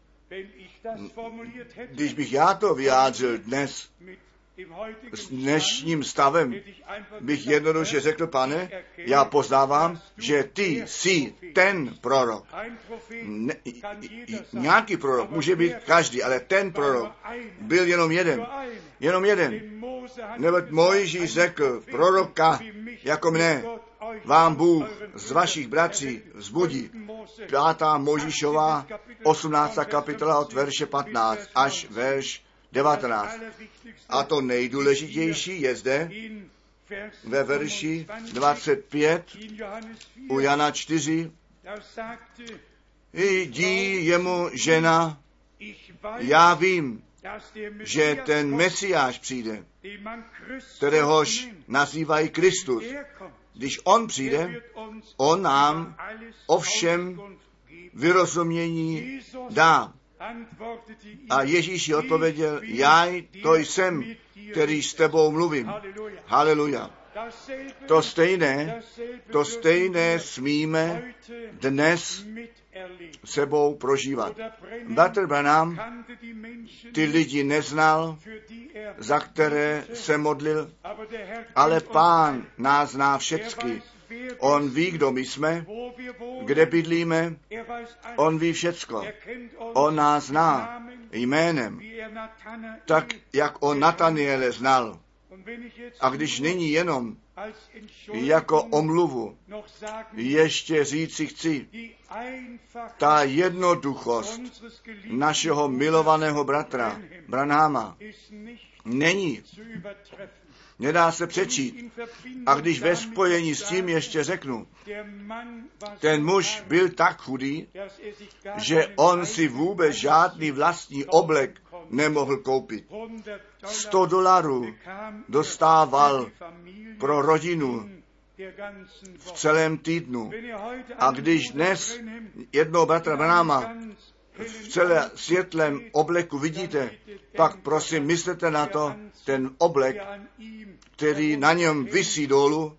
Když bych já to vyjádřil dnes s dnešním stavem, bych jednoduše řekl, Pane, já poznávám, že ty jsi ten prorok. Nějaký prorok může být každý, ale ten prorok byl jenom jeden. Jenom jeden. Neboť Mojžíš řekl, proroka jako mne, vám Bůh z vašich bratří vzbudí. 5. Mojžíšová 18. kapitola od verše 15 až verš 19. A to nejdůležitější je zde ve verši 25 u Jana 4. Jdi jemu žena, já vím, že ten Mesiáš přijde, kteréhož nazývají Kristus. Když on přijde, on nám ovšem vyrozumění dá. A Ježíš ji odpověděl, já to jsem, který s tebou mluvím. Haleluja. To stejné smíme dnes sebou prožívat. Bratr Branham ty lidi neznal, za které se modlil, ale Pán nás zná všecky. On ví, kdo my jsme, kde bydlíme, on ví všecko. On nás zná jménem, tak jak on Nataniele znal. A když nyní jenom jako omluvu ještě říci chci, ta jednoduchost našeho milovaného bratra Branhama nedá se přečít. A když ve spojení s tím ještě řeknu, ten muž byl tak chudý, že on si vůbec žádný vlastní oblek nemohl koupit. $100 dostával pro rodinu v celém týdnu. A když dnes jednoho bratra Branhama v celé světlém obleku vidíte, pak prosím myslete na to, ten oblek, který na něm visí dolů,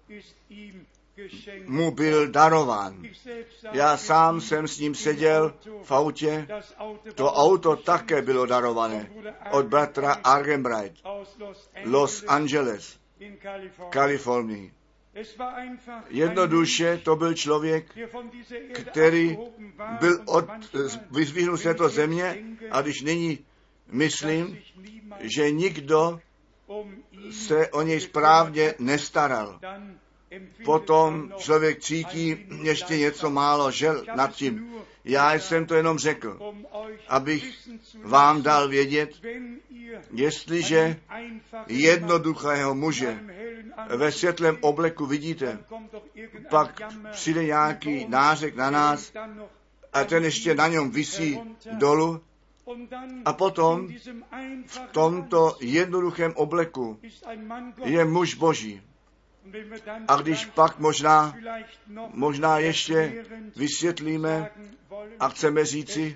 mu byl darován. Já sám jsem s ním seděl v autě, to auto také bylo darované od bratra Argenbright, Los Angeles, Kalifornii. Jednoduše to byl člověk, který byl vyzvihnut z této země, a když nyní myslím, že nikdo se o něj správně nestaral, potom člověk cítí ještě něco málo žel nad tím. Já jsem to jenom řekl, abych vám dal vědět, jestliže jednoduchého muže ve světlém obleku vidíte, pak přijde nějaký nářek na nás a ten ještě na něm visí dolů, a potom v tomto jednoduchém obleku je muž Boží. A když pak možná ještě vysvětlíme a chceme říci,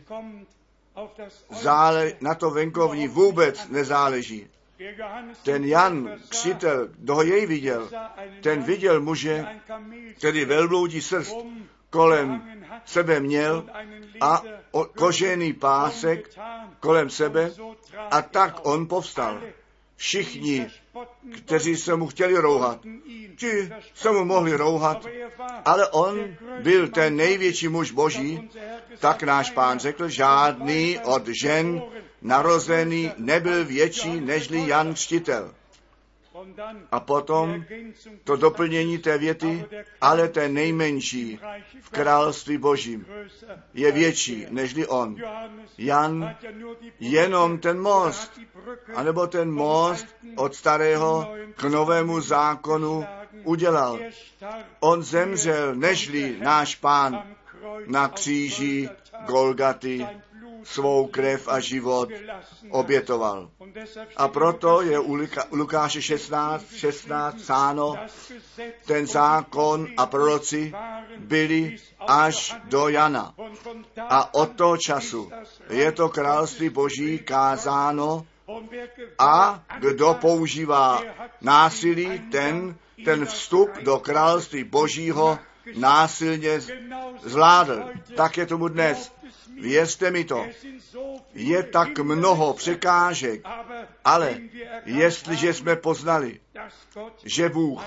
na to venkovní vůbec nezáleží. Ten Jan Křtitel, kdo ho jej viděl, ten viděl muže, který velbloudí srst kolem sebe měl a kožený pásek kolem sebe, a tak on povstal. Všichni, kteří se mu chtěli rouhat, ti se mu mohli rouhat, ale on byl ten největší muž Boží, tak náš Pán řekl, žádný od žen narozený nebyl větší nežli Jan Křtitel. A potom to doplnění té věty, ale ten nejmenší v království Božím je větší nežli on. Jan jenom ten most, anebo ten most od starého k novému zákonu udělal. On zemřel, nežli náš Pán na kříži Golgaty svou krev a život obětoval. A proto je u Lukáše 16 psáno, ten zákon a proroci byli až do Jana. A od toho času je to království Boží kázáno, a kdo používá násilí, ten vstup do království Božího násilně zvládl. Tak je tomu dnes. Věřte mi to. Je tak mnoho překážek, ale jestliže jsme poznali, že Bůh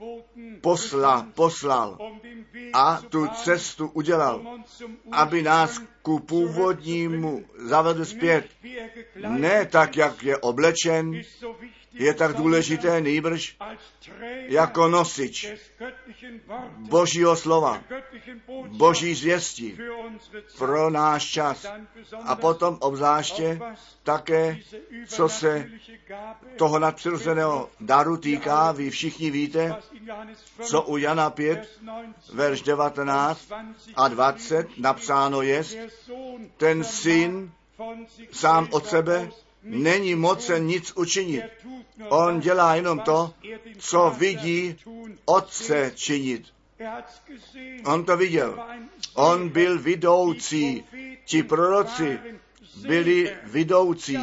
poslal a tu cestu udělal, aby nás ku původnímu zavedl zpět, ne tak, jak je oblečen, je tak důležité nýbrž jako nosič Božího slova, Boží zvěsti pro náš čas. A potom obzvláště také, co se toho nadpřirozeného daru týká, vy všichni víte, co u Jana 5, verš 19 a 20 napsáno je, ten syn sám od sebe není mocen nic učinit. On dělá jenom to, co vidí otce činit. On to viděl. On byl vidoucí. Ti proroci byli vidoucí.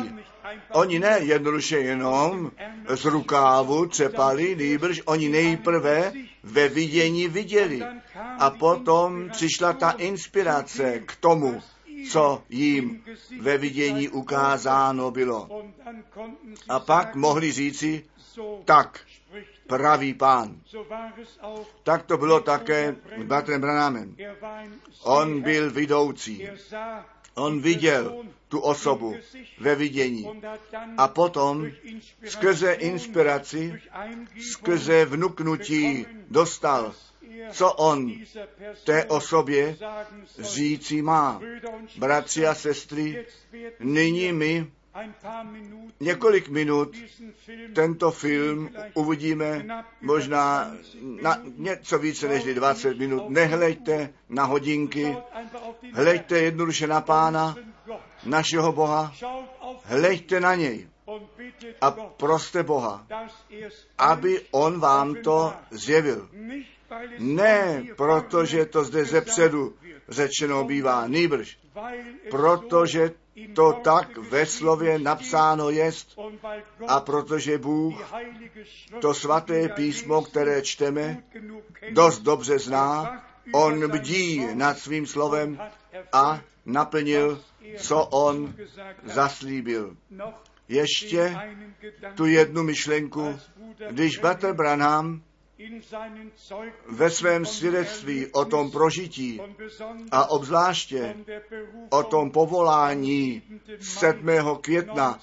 Oni ne jednoduše jenom z rukávu třepali, nýbrž oni nejprve ve vidění viděli. A potom přišla ta inspirace k tomu, co jim ve vidění ukázáno bylo. A pak mohli říci, tak praví Pán. Tak to bylo také s bratrem Branhamem. On byl vidoucí. On viděl tu osobu ve vidění. A potom skrze inspiraci, skrze vnuknutí dostal, co on té osobě říci má. Bratři a sestry, nyní my několik minut tento film uvidíme, možná na něco více než 20 minut. Nehleďte na hodinky, hleďte jednoduše na Pána, našeho Boha, hleďte na něj a proste Boha, aby on vám to zjevil. Ne, protože to zde zepředu řečeno bývá, nýbrž, protože to tak ve slově napsáno jest a protože Bůh to svaté písmo, které čteme, dost dobře zná, on bdí nad svým slovem a naplnil, co on zaslíbil. Ještě tu jednu myšlenku, když bratr Branham ve svém svědectví o tom prožití a obzvláště o tom povolání 7. května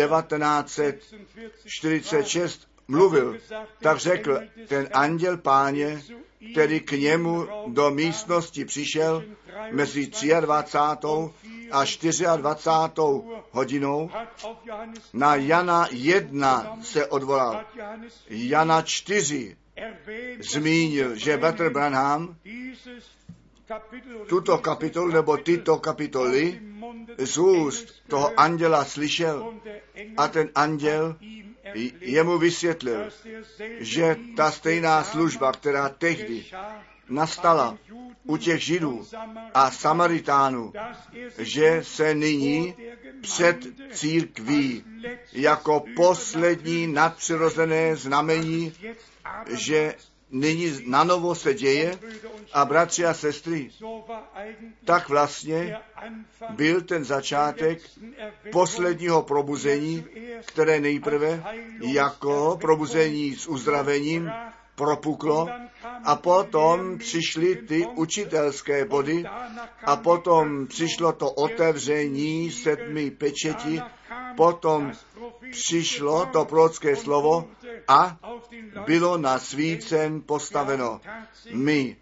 1946 mluvil, tak řekl, ten anděl Páně, který k němu do místnosti přišel mezi 23. a 24. hodinou, na Jana 1 se odvolal, Jana 4 zmínil, že bratr Branham tuto kapitolu nebo tyto kapitoly z úst toho anděla slyšel a ten anděl jemu vysvětlil, že ta stejná služba, která tehdy nastala u těch Židů a Samaritánů, že se nyní před církví jako poslední nadpřirozené znamení, že nyní nanovo se děje a bratři a sestry, tak vlastně byl ten začátek posledního probuzení, které nejprve jako probuzení s uzdravením propuklo a potom přišly ty učitelské body a potom přišlo to otevření 7 pečeti, potom přišlo to prorocké slovo a bylo na svícen postaveno. My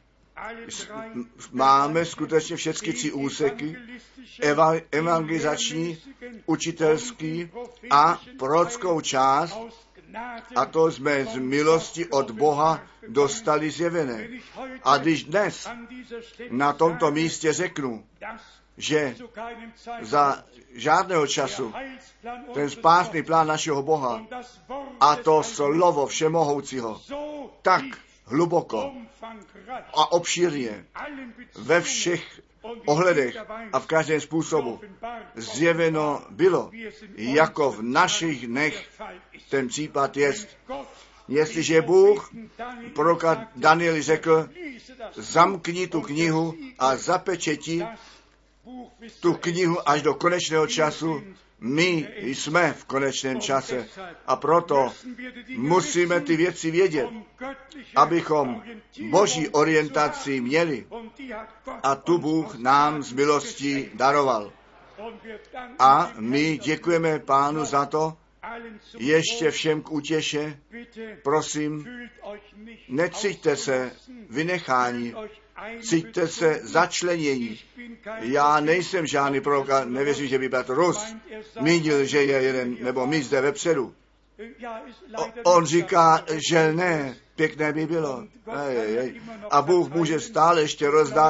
máme skutečně všechny 3 úseky, evangelizační, učitelský a prorockou část, a to jsme z milosti od Boha dostali zjevené. A když dnes na tomto místě řeknu, že za žádného času ten spásný plán našeho Boha a to slovo všemohoucího tak hluboko a obšírně ve všech ohledech a v každém způsobu zjeveno bylo, jako v našich dnech ten případ jest. Jestliže Bůh proroka Danieli řekl, zamkni tu knihu a zapečeti tu knihu až do konečného času, my jsme v konečném čase a proto musíme ty věci vědět, abychom boží orientaci měli a tu Bůh nám z milostí daroval. A my děkujeme Pánu za to, ještě všem k útěše, prosím, necíťte se vynecháni, cíťte se začlenění. Já nejsem žádný prorok a nevěřím, že by bratr Rus mínil, že je jeden, nebo my zde vepředu. On říká, že ne, pěkné by bylo. A Bůh může stále ještě rozdat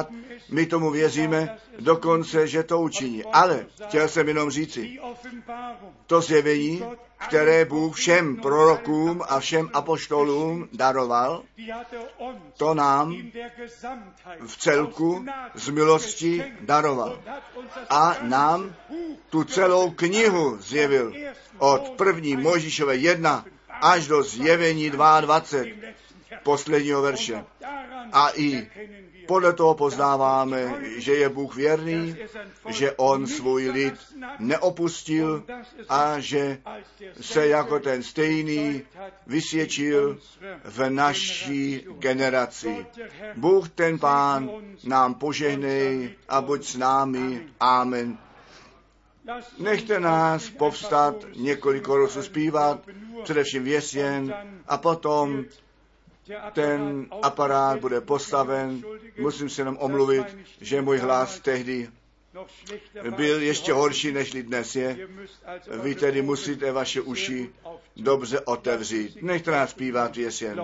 My tomu věříme dokonce, že to učiní. Ale chtěl jsem jenom říci, to zjevení, které Bůh všem prorokům a všem apoštolům daroval, to nám v celku z milosti daroval. A nám tu celou knihu zjevil od první Mojžíšové 1 až do zjevení 22, posledního verše. A i podle toho poznáváme, že je Bůh věrný, že on svůj lid neopustil a že se jako ten stejný vysvědčil v naší generaci. Bůh ten Pán nám požehnej a buď s námi. Amen. Nechte nás povstat, několik korusů zpívat, především věsěn, a potom ten aparát bude postaven. Musím se jenom omluvit, že můj hlas tehdy byl ještě horší, než dnes je. Vy tedy musíte vaše uši dobře otevřít. Nechte nás zpívat věsěn.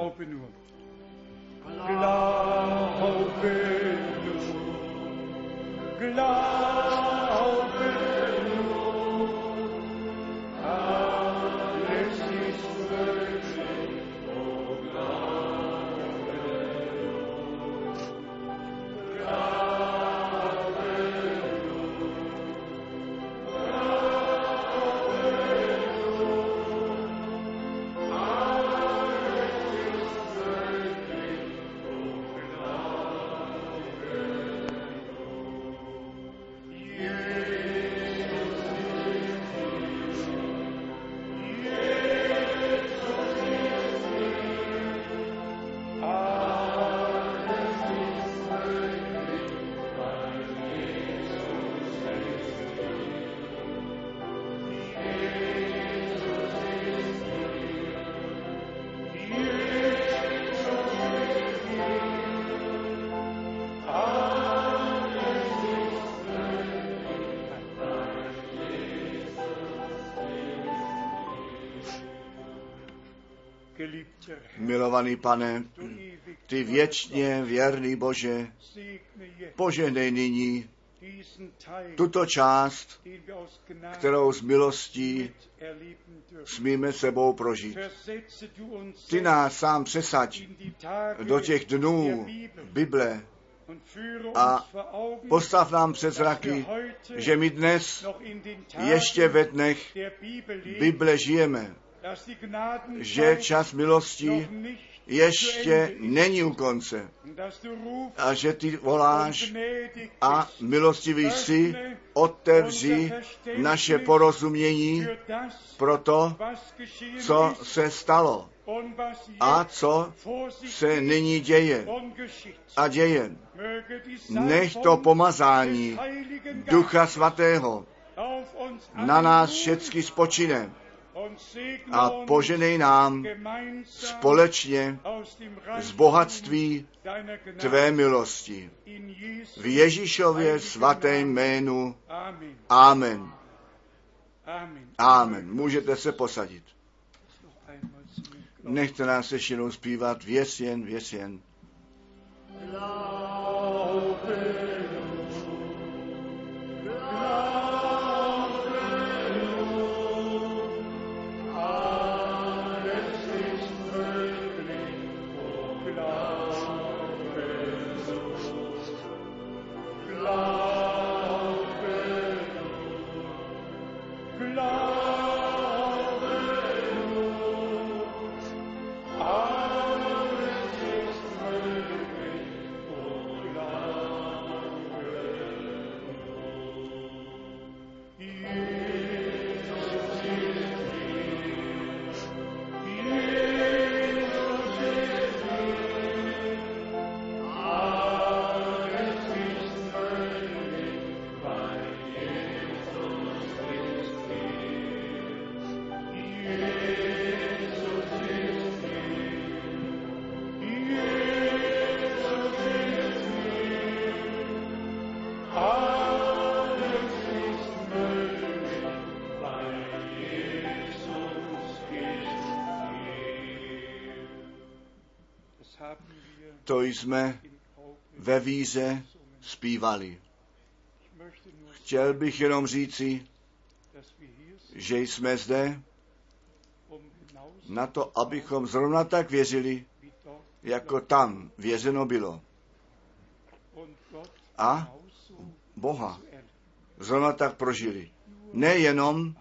Milovaný Pane, ty věčně věrný Bože, požehnej nyní tuto část, kterou z milostí smíme sebou prožít. Ty nás sám přesaď do těch dnů Bible a postav nám před zraky, že my dnes ještě ve dnech Bible žijeme, že čas milosti ještě není u konce a že ty voláš a milostivý jsi, otevři naše porozumění pro to, co se stalo a co se nyní děje a děje. Nech to pomazání Ducha Svatého na nás všecky spočine a poženej nám společně z bohatství tvé milosti. V Ježíšově svatém jménu. Amen. Amen. Můžete se posadit. Nechte nás ještě jednou zpívat věsěn, věsěn. To jsme ve víře zpívali. Chtěl bych jenom říci, že jsme zde na to, abychom zrovna tak věřili, jako tam věřeno bylo. A Boha zrovna tak prožili. Nejenom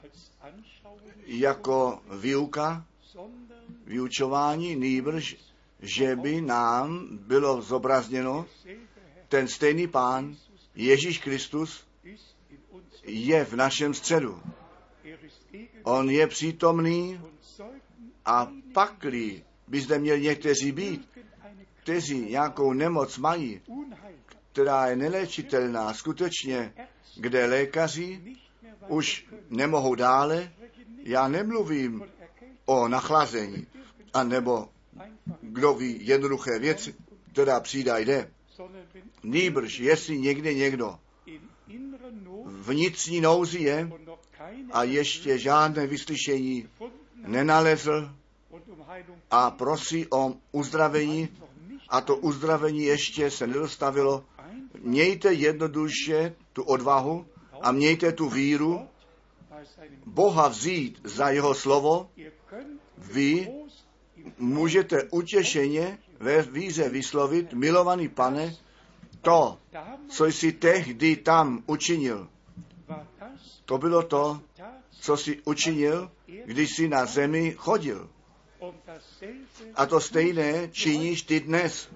jako výuka, vyučování, nýbrž, že by nám bylo zobrazněno, ten stejný Pán, Ježíš Kristus, je v našem středu. On je přítomný a pakli by zde měli někteří být, kteří nějakou nemoc mají, která je neléčitelná, skutečně, kde lékaři už nemohou dále. Já nemluvím o nachlazení, anebo kdo ví jednoduché věci, která přijde a jde. Nýbrž, jestli někde někdo vnitřní nouzi je a ještě žádné vyslyšení nenalezl a prosí o uzdravení a to uzdravení ještě se nedostavilo, mějte jednoduše tu odvahu a mějte tu víru, Boha vzít za jeho slovo, vy můžete utěšeně ve víře vyslovit, milovaný Pane, to, co jsi tehdy tam učinil, to bylo to, co jsi učinil, když jsi na zemi chodil. A to stejné činíš ty dnes.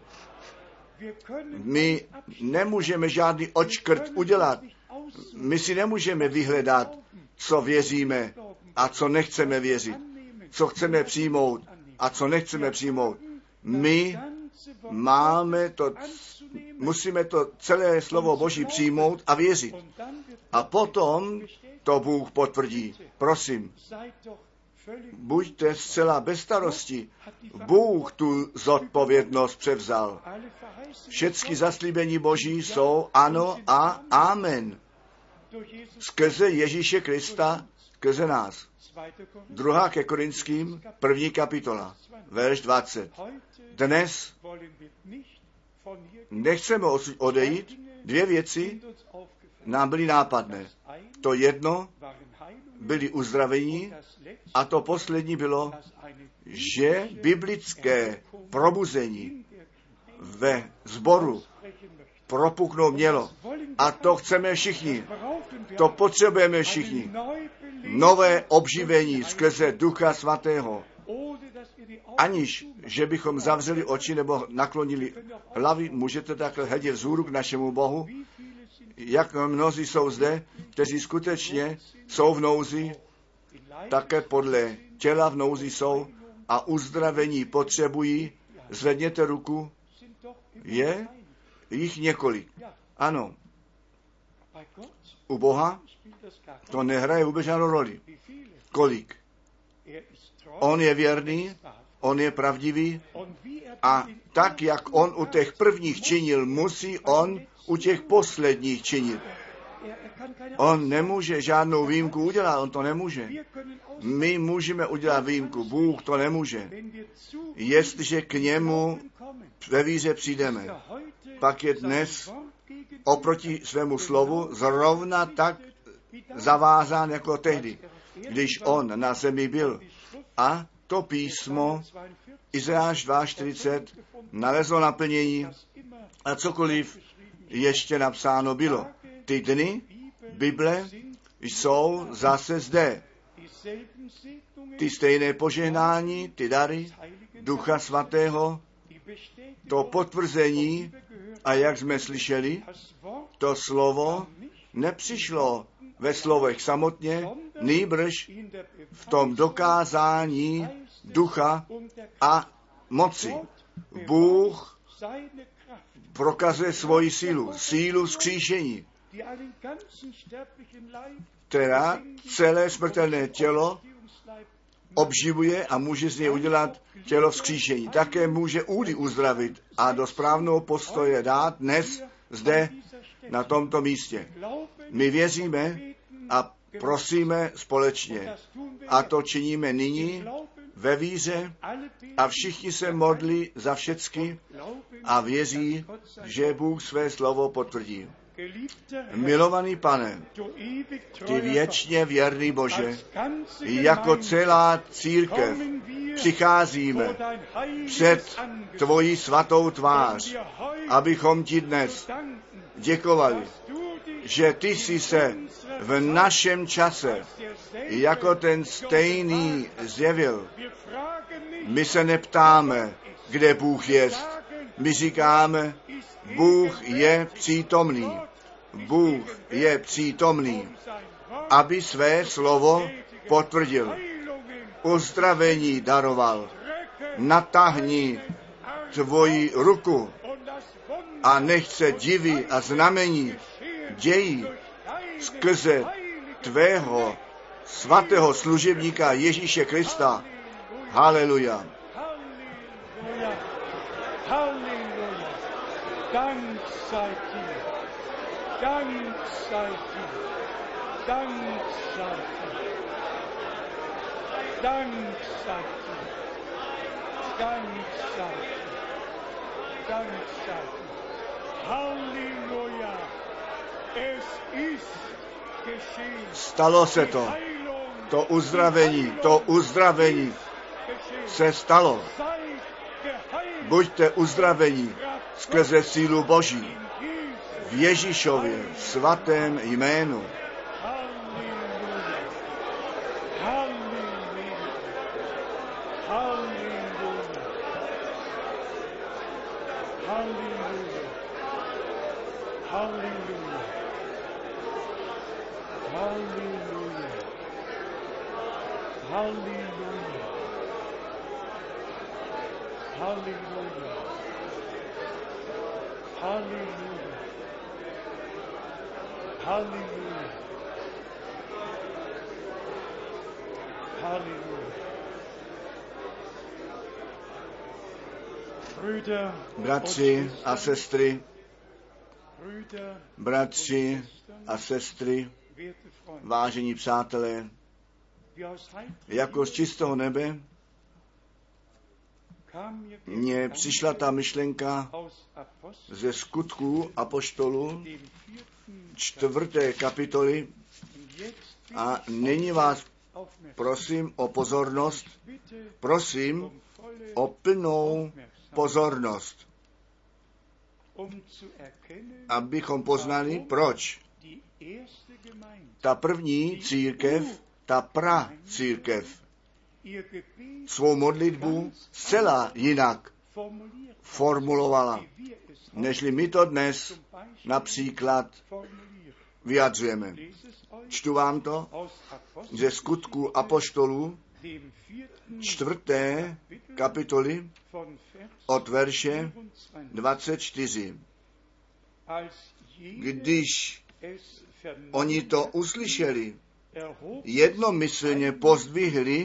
My nemůžeme žádný odškrt udělat. My si nemůžeme vyhledat, co věříme a co nechceme věřit. Co chceme přijmout a co nechceme přijmout. My musíme to celé slovo Boží přijmout a věřit. A potom to Bůh potvrdí. Prosím, buďte zcela bez starosti. Bůh tu zodpovědnost převzal. Všechny zaslíbení Boží jsou ano a amen. Skrze Ježíše Krista, skrze nás. 2. ke Korinským, 1. kapitola, verš 20. Dnes nechceme odejít. Dvě věci nám byly nápadné. To jedno byli uzdravení a to poslední bylo, že biblické probuzení ve sboru propuknout mělo. A to chceme všichni. To potřebujeme všichni. Nové obživení skrze Ducha Svatého. Aniž, že bychom zavřeli oči nebo naklonili hlavy, můžete takhle hledět vzhůru k našemu Bohu, jak mnozí jsou zde, kteří skutečně jsou v nouzi, také podle těla v nouzi jsou a uzdravení potřebují. Zvedněte ruku. Je jich několik. Ano. U Boha to nehraje vůbec žádnou roli. Kolik? On je věrný, on je pravdivý a tak, jak on u těch prvních činil, musí on u těch posledních činit. On nemůže žádnou výjimku udělat, on to nemůže. My můžeme udělat výjimku, Bůh to nemůže. Jestliže k němu ve víře přijdeme, pak je dnes oproti svému slovu zrovna tak zavázán jako tehdy, když on na zemi byl. A to písmo Izajáš 2:40 nalezlo naplnění a cokoliv ještě napsáno bylo. Ty dny Bible jsou zase zde. Ty stejné požehnání, ty dary Ducha Svatého, to potvrzení a jak jsme slyšeli, to slovo nepřišlo ve slovech samotně, nýbrž v tom dokázání ducha a moci. Bůh prokazuje svoji sílu vzkříšení, která celé smrtelné tělo obživuje a může z něj udělat tělo vzkříšení. Také může údy uzdravit a do správného postoje dát dnes zde na tomto místě. My věříme a prosíme společně. A to činíme nyní ve víře a všichni se modlí za všecky a věří, že Bůh své slovo potvrdí. Milovaný Pane, ty věčně věrný Bože, jako celá církev přicházíme před tvoji svatou tvář, abychom ti dnes děkovali, že ty jsi se v našem čase jako ten stejný zjevil. My se neptáme, kde Bůh jest. My říkáme, Bůh je přítomný. Bůh je přítomný, aby své slovo potvrdil. Uzdravení daroval. Natáhni tvoji ruku a nech se divy a znamení dějí skrze tvého svatého služebníka Ježíše Krista. Haleluja. Dank sei dir. Dank sei dir. Dank sei dir. Dank sei dir. Dank sei dir. Dank sei dir. Halleluja. Es ist geschehen. Stalo se to. To uzdravení se stalo. Buďte uzdraveni skrze sílu Boží v Ježíšově svatém jménu. Bratři a sestry, vážení přátelé, jako z čistého nebe mně přišla ta myšlenka ze Skutků apoštolů 4. kapitoly a nyní vás prosím o pozornost, prosím o plnou pozornost, abychom poznali, proč ta první církev, ta pracírkev, svou modlitbu zcela jinak formulovala, nežli my to dnes například vyjadřujeme. Čtu vám to ze Skutků apoštolů 4. kapitoly od verše 24. Když oni to uslyšeli, jednomyslně pozdvihli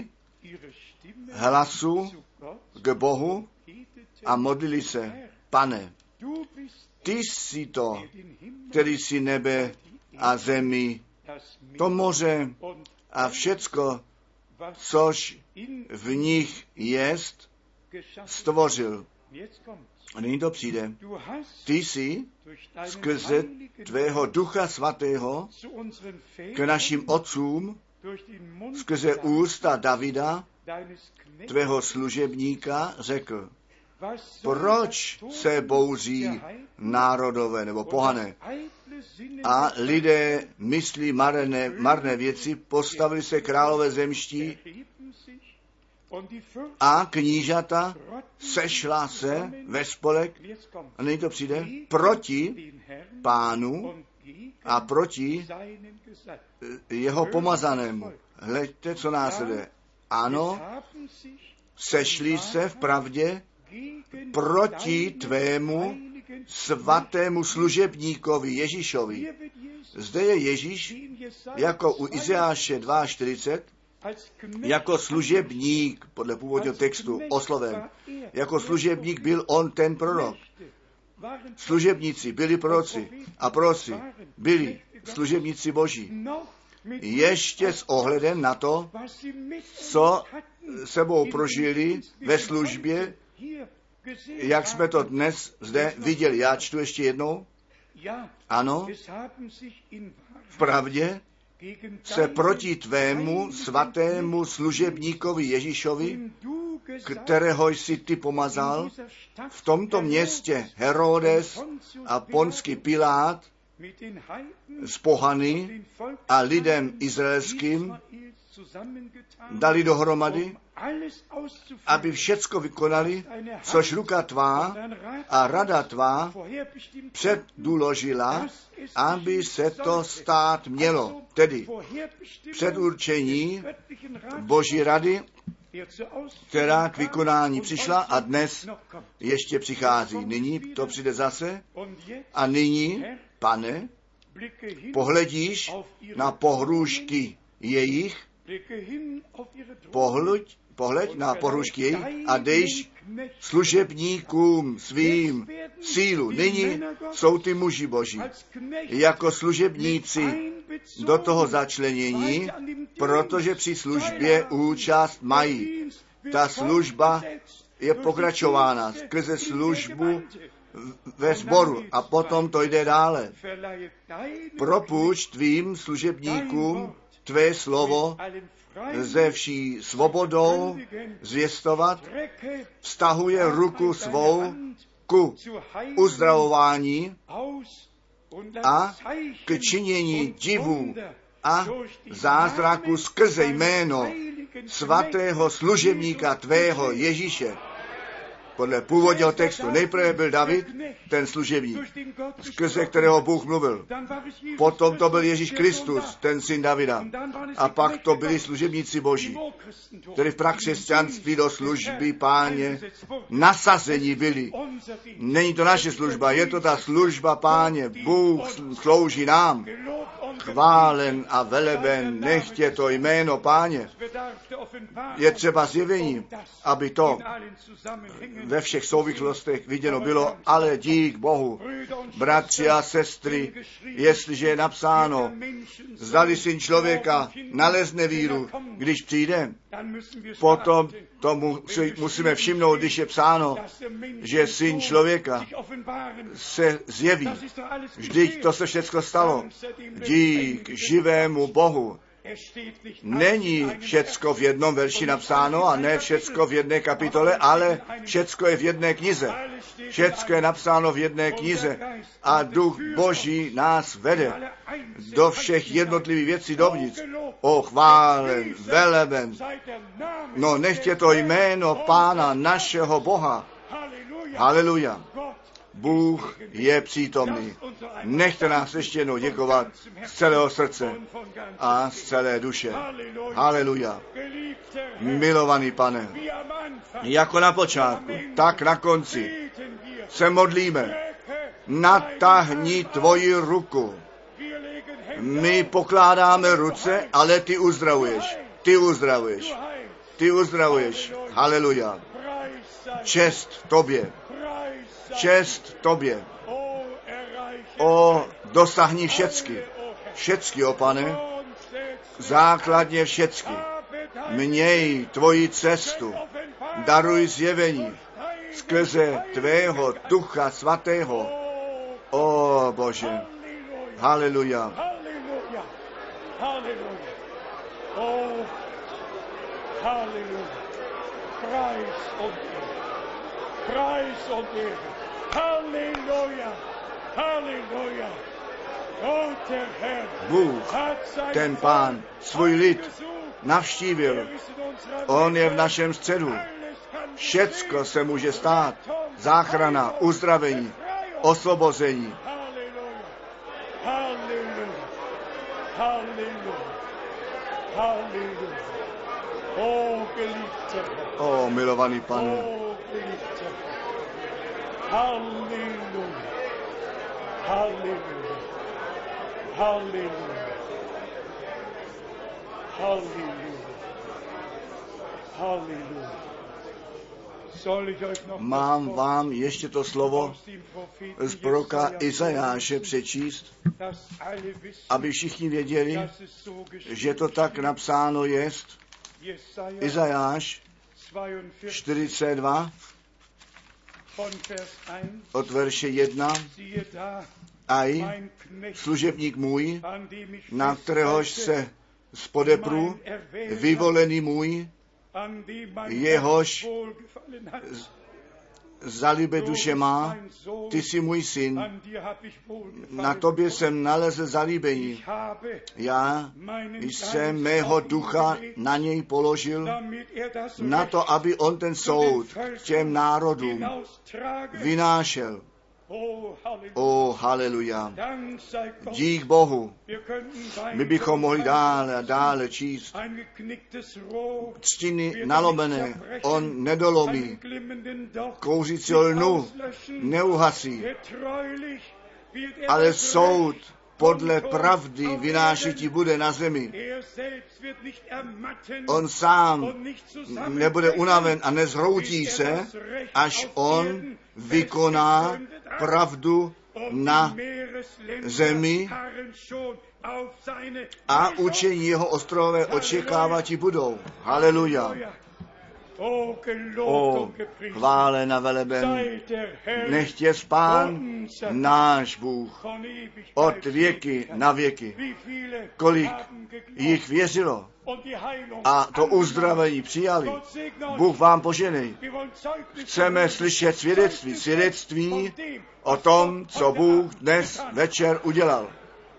hlasu k Bohu a modlili se: Pane, ty jsi to, který jsi nebe a zemi, to moře a všecko, což v nich jest, stvořil. A nyní to přijde. Ty jsi skrze tvého Ducha Svatého k našim otcům, skrze ústa Davida, tvého služebníka, řekl: proč se bouří národové nebo pohané a lidé myslí marné věci, postavili se králové zemští a knížata sešla se ve spolek, a nyní to přijde, proti Pánu a proti jeho pomazanému. Hleďte, co následuje. Ano, sešli se v pravdě proti tvému svatému služebníkovi Ježíšovi. Zde je Ježíš jako u Izajáše 42, jako služebník, podle původního textu, osloven. Jako služebník byl on ten prorok. Služebníci byli proroci a proroci byli služebníci Boží. Ještě s ohledem na to, co sebou prožili ve službě jak jsme to dnes zde viděli. Já čtu ještě jednou. Ano, v pravdě se proti tvému svatému služebníkovi Ježíšovi, kterého jsi ty pomazal, v tomto městě Herodes a Ponský Pilát s pohany a lidem izraelským dali dohromady, aby všecko vykonali, což ruka tvá a rada tvá předuložila, aby se to stát mělo. Tedy předurčení Boží rady, která k vykonání přišla a dnes ještě přichází. Nyní to přijde zase. A nyní, Pane, pohledíš na pohrůžky jejich, pohleď na pohrůžky jejich a dejš služebníkům svým sílu. Nyní jsou ty muži Boží jako služebníci do toho začlenění, protože při službě účast mají. Ta služba je pokračována skrze službu ve sboru a potom to jde dále. Propůjč tvým služebníkům tvé slovo ze vší svobodou zvěstovat, vztahuje ruku svou ku uzdravování a k činění divů a zázraku skrze jméno svatého služebníka tvého Ježíše. Podle původního textu nejprve byl David, ten služebník, skrze kterého Bůh mluvil. Potom to byl Ježíš Kristus, ten syn Davida. A pak to byli služebníci Boží, kteří v prakřesťanství do služby Páně nasazení byli. Není to naše služba, je to ta služba Páně. Bůh slouží nám. Chválen a veleben, nechtě to jméno Páně. Je třeba zjevení, aby to ve všech souvislostech viděno bylo, ale dík Bohu, bratři a sestry, jestliže je napsáno, zdali syn člověka nalezne víru, když přijde, potom to musíme všimnout, když je psáno, že syn člověka se zjeví. Vždyť to se všechno stalo. Dík živému Bohu. Není všecko v jednom verši napsáno a ne všecko v jedné kapitole, ale všecko je v jedné knize. Všecko je napsáno v jedné knize a Duch Boží nás vede do všech jednotlivých věcí dovnitř. O chválen, veleben. No nechtě to jméno Pána našeho Boha. Haleluja. Bůh je přítomný. Nechte nás ještě jednou děkovat z celého srdce a z celé duše. Haleluja. Milovaný Pane, jako na počátku, tak na konci se modlíme. Natáhni tvoji ruku. My pokládáme ruce, ale ty uzdravuješ. Ty uzdravuješ. Ty uzdravuješ. Haleluja. Čest tobě. Čest tobě. O, dosahni všecky. Všecky, o Pane. Základně všecky. Měj tvoji cestu. Daruj zjevení skrze tvého Ducha Svatého. O Bože. Haleluja. Preis und Ehre. Halleluja. Halleluja. Gott der Herr. Bůh, ten Pán, svůj lid navštívil. On je v našem středu. Všecko se může stát. Záchrana, uzdravení, osvobození. Halleluja. Halleluja. Halleluja. Halleluja. O geliebter Herr. O milovaný Pane. Halleluja. Halleluja. Halleluja. Halleluja. Halleluja. Soll ich euch noch Mám vám ještě to slovo z proroka Izajáše přečíst, aby všichni věděli, že to tak napsáno jest. Izajáš 42. od verše 1. Aj služebník můj, na kteréhož se spodepru, vyvolený můj, jehož zalíbe duše má, ty jsi můj syn, na tobě jsem nalezl zalíbení. Já jsem mého ducha na něj položil, na to, aby on ten soud těm národům vynášel. Haleluja. Dík Bohu. My bychom mohli dále a dále číst. Třtiny nalomené on nedolomí. Kouřícího lnu neuhasí. Ale soud podle pravdy vynášetí bude na zemi. On sám nebude unaven a nezhroutí se, až on vykoná pravdu na zemi a učení jeho ostrovové očekávatí budou. Haleluja. Chválen a veleben, nechť je Pán náš Bůh od věky na věky. Kolik jich věřilo a to uzdravení přijali. Bůh vám poženej. Chceme slyšet svědectví o tom, co Bůh dnes večer udělal.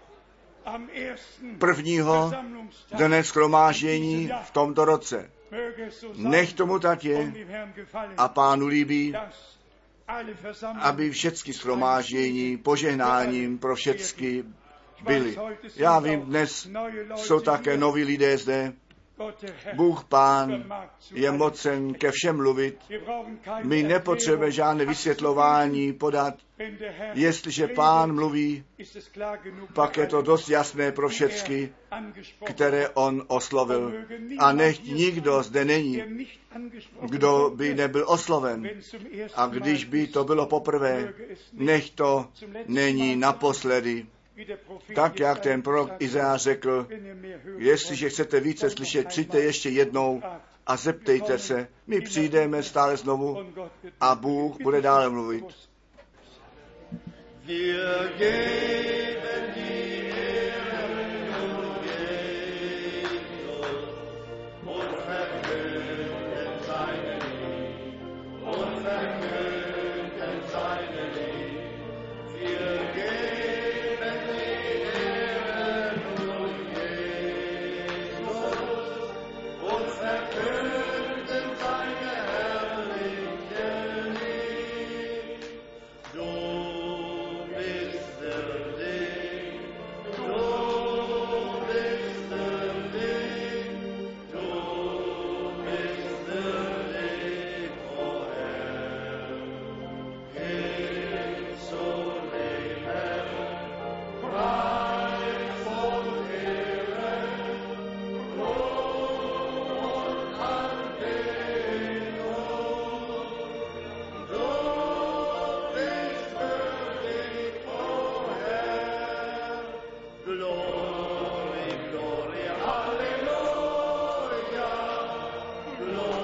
Prvního dne shromáždění v tomto roce. Nech tomu tak je a Pánu líbí, aby všechny shromáždění požehnáním pro všechny byly. Já vím, dnes jsou také noví lidé zde. Bůh Pán je mocen ke všem mluvit. My nepotřebujeme žádné vysvětlování podat. Jestliže Pán mluví, pak je to dost jasné pro všechny, které on oslovil. A nech nikdo zde není, kdo by nebyl osloven. A když by to bylo poprvé, nech to není naposledy. Tak, jak ten prorok Izajáš řekl, jestliže chcete více slyšet, přijďte ještě jednou a zeptejte se. My přijdeme stále znovu a Bůh bude dále mluvit. Glory, hallelujah, glory.